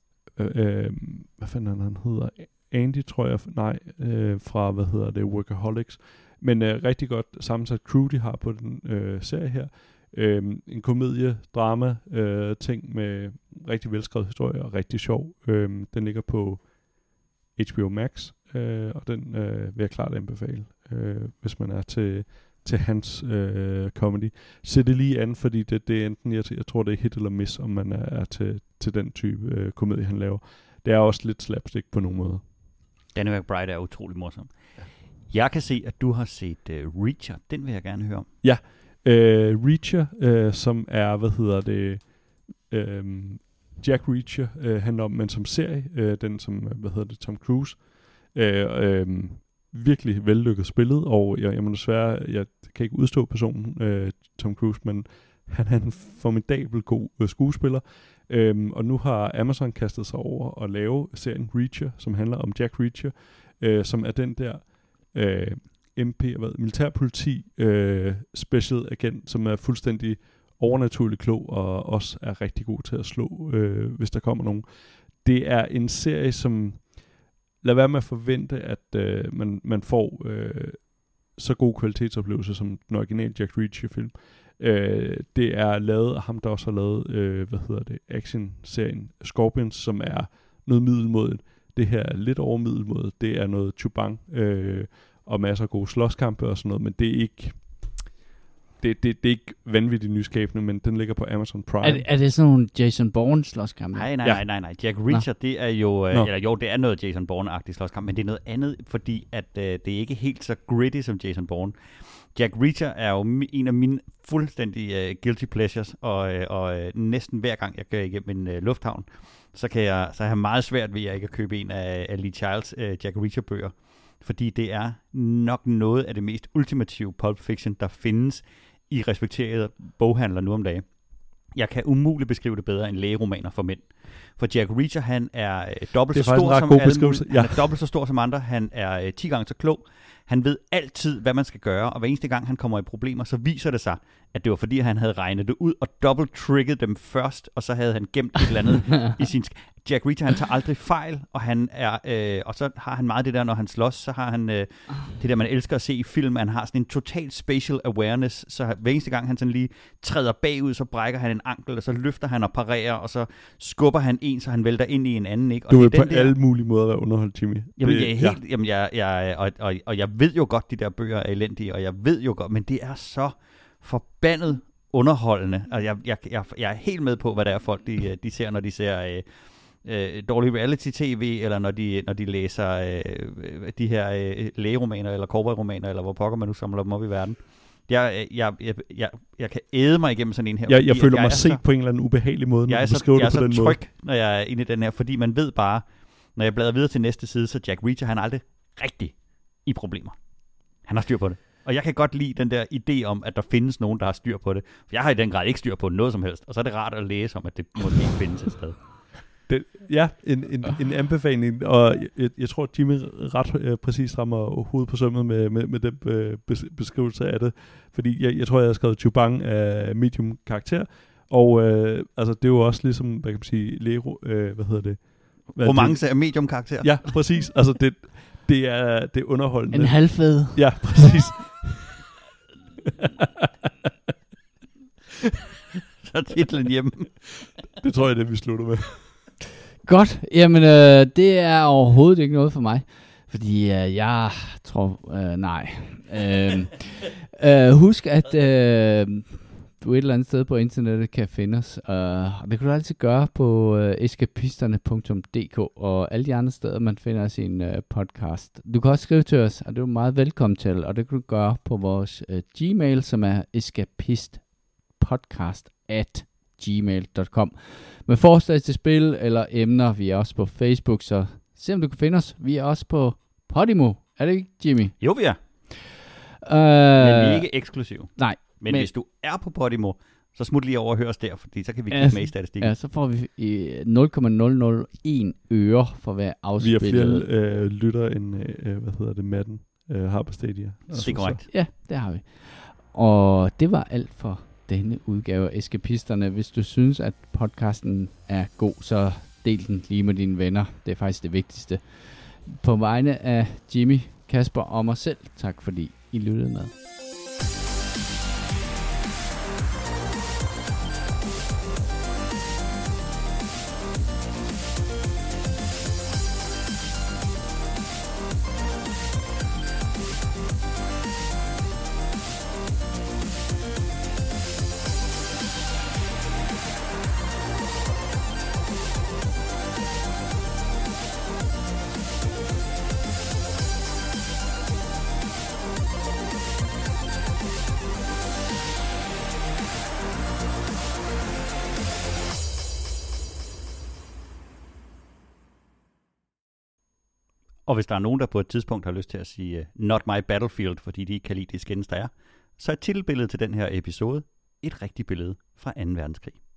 øh, hvad fanden han hedder? Andy, tror jeg, nej, øh, fra, hvad hedder det, Workaholics. Men øh, rigtig godt sammensat crew, de har på den øh, serie her. Øh, en komedie, drama, øh, ting med rigtig velskrevet historie og rigtig sjov. Øh, den ligger på H B O Max, øh, og den øh, vil jeg klart anbefale, øh, hvis man er til, til hans øh, comedy. Sæt det lige an, fordi det, det er enten, jeg, jeg tror det er hit eller miss, om man er, er til, til den type øh, komedie, han laver. Det er også lidt slapstick på nogle måder. Danny McBride er utrolig morsom. Ja. Jeg kan se, at du har set uh, Reacher. Den vil jeg gerne høre om. Ja, øh, Reacher, øh, som er, hvad hedder det, øh, Jack Reacher øh, handler om, men som serie, øh, den som, hvad hedder det, Tom Cruise, øh, øh, virkelig vellykket spillet, og jeg, jeg må desværre, jeg kan ikke udstå personen, øh, Tom Cruise, men han er en formidabel god øh, skuespiller, øh, og nu har Amazon kastet sig over at lave serien Reacher, som handler om Jack Reacher, øh, som er den der øh, M P, hvad, militærpoliti øh, special agent, som er fuldstændig overnaturligt klog, og også er rigtig god til at slå, øh, hvis der kommer nogen. Det er en serie, som lad være med at forvente, at øh, man, man får øh, så god kvalitetsoplevelse som den originale Jack Reacher-film. Øh, det er lavet af ham, der også har lavet, øh, hvad hedder det, action-serien Scorpions, som er noget middelmådigt. Det her er lidt over middelmåde. Det er noget Chubang øh, og masser af gode slåskampe og sådan noget, men det er ikke... Det, det, det er ikke vanvittigt nyskabende, men den ligger på Amazon Prime. Er, er det sådan nogle Jason Bourne slåskampe? Nej, nej, Ja. nej, nej, nej. Jack Reacher, Nå. det er jo... Øh, Nå. eller jo, det er noget Jason Bourne-agtigt slåskamp, men det er noget andet, fordi at, øh, det er ikke helt så gritty som Jason Bourne. Jack Reacher er jo mi- en af mine fuldstændig uh, guilty pleasures, og, øh, og øh, næsten hver gang jeg kører igennem en øh, lufthavn, så kan jeg så have meget svært ved at ikke at købe en af, af Lee Childs øh, Jack Reacher-bøger, fordi det er nok noget af det mest ultimative Pulp Fiction, der findes i respekterede boghandler nu om dagen. Jeg kan umuligt beskrive det bedre end lægeromaner for mænd. For Jack Reacher, han er øh, dobbelt Det så er stor som god alle beskrivelse. mulige, Ja. han er dobbelt så stor som andre. Han er øh, ti gange så klog. Han ved altid, hvad man skal gøre, og hver eneste gang, han kommer i problemer, så viser det sig, at det var fordi, han havde regnet det ud og double-trigget dem først, og så havde han gemt et eller andet i sin... Sk- Jack Reacher, han tager aldrig fejl, og han er, øh, og så har han meget det der, når han slås, så har han øh, det der, man elsker at se i film, han har sådan en total spatial awareness, så hver eneste gang, han sådan lige træder bagud, så brækker han en ankel, og så løfter han og parerer, og så skubber han en, så han vælter ind i en anden, ikke? Og Du vil det er på den der, alle mulige måder være underholdt, Jimmy. Jamen, Det- jeg er helt, jamen jeg, jeg, og, og, og jeg ved jo godt, de der bøger er elendige, og jeg ved jo godt, men det er så forbandet underholdende, og jeg, jeg, jeg, jeg er helt med på, hvad det er folk, de, de ser, når de ser øh, øh, dårlig reality-tv, eller når de, når de læser øh, de her øh, lægeromaner, eller cowboyromaner, eller hvor pokker man nu samler dem op i verden. Jeg, jeg, jeg, jeg, jeg kan æde mig igennem sådan en her. Jeg, fordi jeg føler jeg mig er set så- på en eller anden ubehagelig måde, når jeg er du så, beskriver jeg er det på så den tryg, måde. når jeg er inde i den her, fordi man ved bare, når jeg bladrer videre til næste side, så Jack Reacher, han er aldrig rigtig i problemer. Han har styr på det. Og jeg kan godt lide den der idé om, at der findes nogen, der har styr på det. For jeg har i den grad ikke styr på noget som helst. Og så er det rart at læse om, at det måske findes et sted. Det, ja, en, en, en anbefaling, og jeg, jeg tror, at Jimmy ret øh, præcis rammer hovedet på sømmet med, med, med den øh, bes, beskrivelse af det. Fordi jeg, jeg tror, jeg har skrevet Chubang af medium karakter, og øh, altså, det er jo også ligesom, hvad kan man sige, Lero, øh, hvad hedder det? Hvad er Romance af medium karakter. det? Ja, præcis. Altså, det, det, er, det er underholdende. En halvfed. Ja, præcis. Så er titlen hjemme. Det tror jeg, det vi slutter med. Godt. Jamen, øh, det er overhovedet ikke noget for mig. Fordi øh, jeg tror, øh, nej. Øh, øh, husk, at øh, du et eller andet sted på internettet kan finde os. Øh, og det kan du altid gøre på øh, eskapisterne punktum d k og alle de andre steder, man finder sin øh, podcast. Du kan også skrive til os, og det er du meget velkommen til. Og det kan du gøre på vores øh, Gmail, som er escapistpodcast at gmail punktum com. Med forslag til spil eller emner, vi er også på Facebook, så se om du kan finde os. Vi er også på Podimo. Er det ikke, Jimmy? Jo, vi er. Øh, Men vi er ikke eksklusive. Nej. Men, men men- hvis du er på Podimo, så smut lige over og hør os der, fordi så kan vi Ja, kigge så- med i statistikken. Ja, så får vi øh, nul komma nul nul en øre for hver Vi har afspillet. flere øh, lyttere end, øh, hvad hedder det, Madden øh, har på Stadia. Det er korrekt. Ja, det har vi. Og det var alt for denne udgave af Eskapisterne. Hvis du synes, at podcasten er god, så del den lige med dine venner. Det er faktisk det vigtigste. På vegne af Jimmy, Kasper og mig selv, tak fordi I lyttede med. Og hvis der er nogen, der på et tidspunkt har lyst til at sige uh, not my battlefield, fordi de ikke kan lide det skændes, der er, så er titelbilledet til den her episode et rigtigt billede fra anden verdenskrig.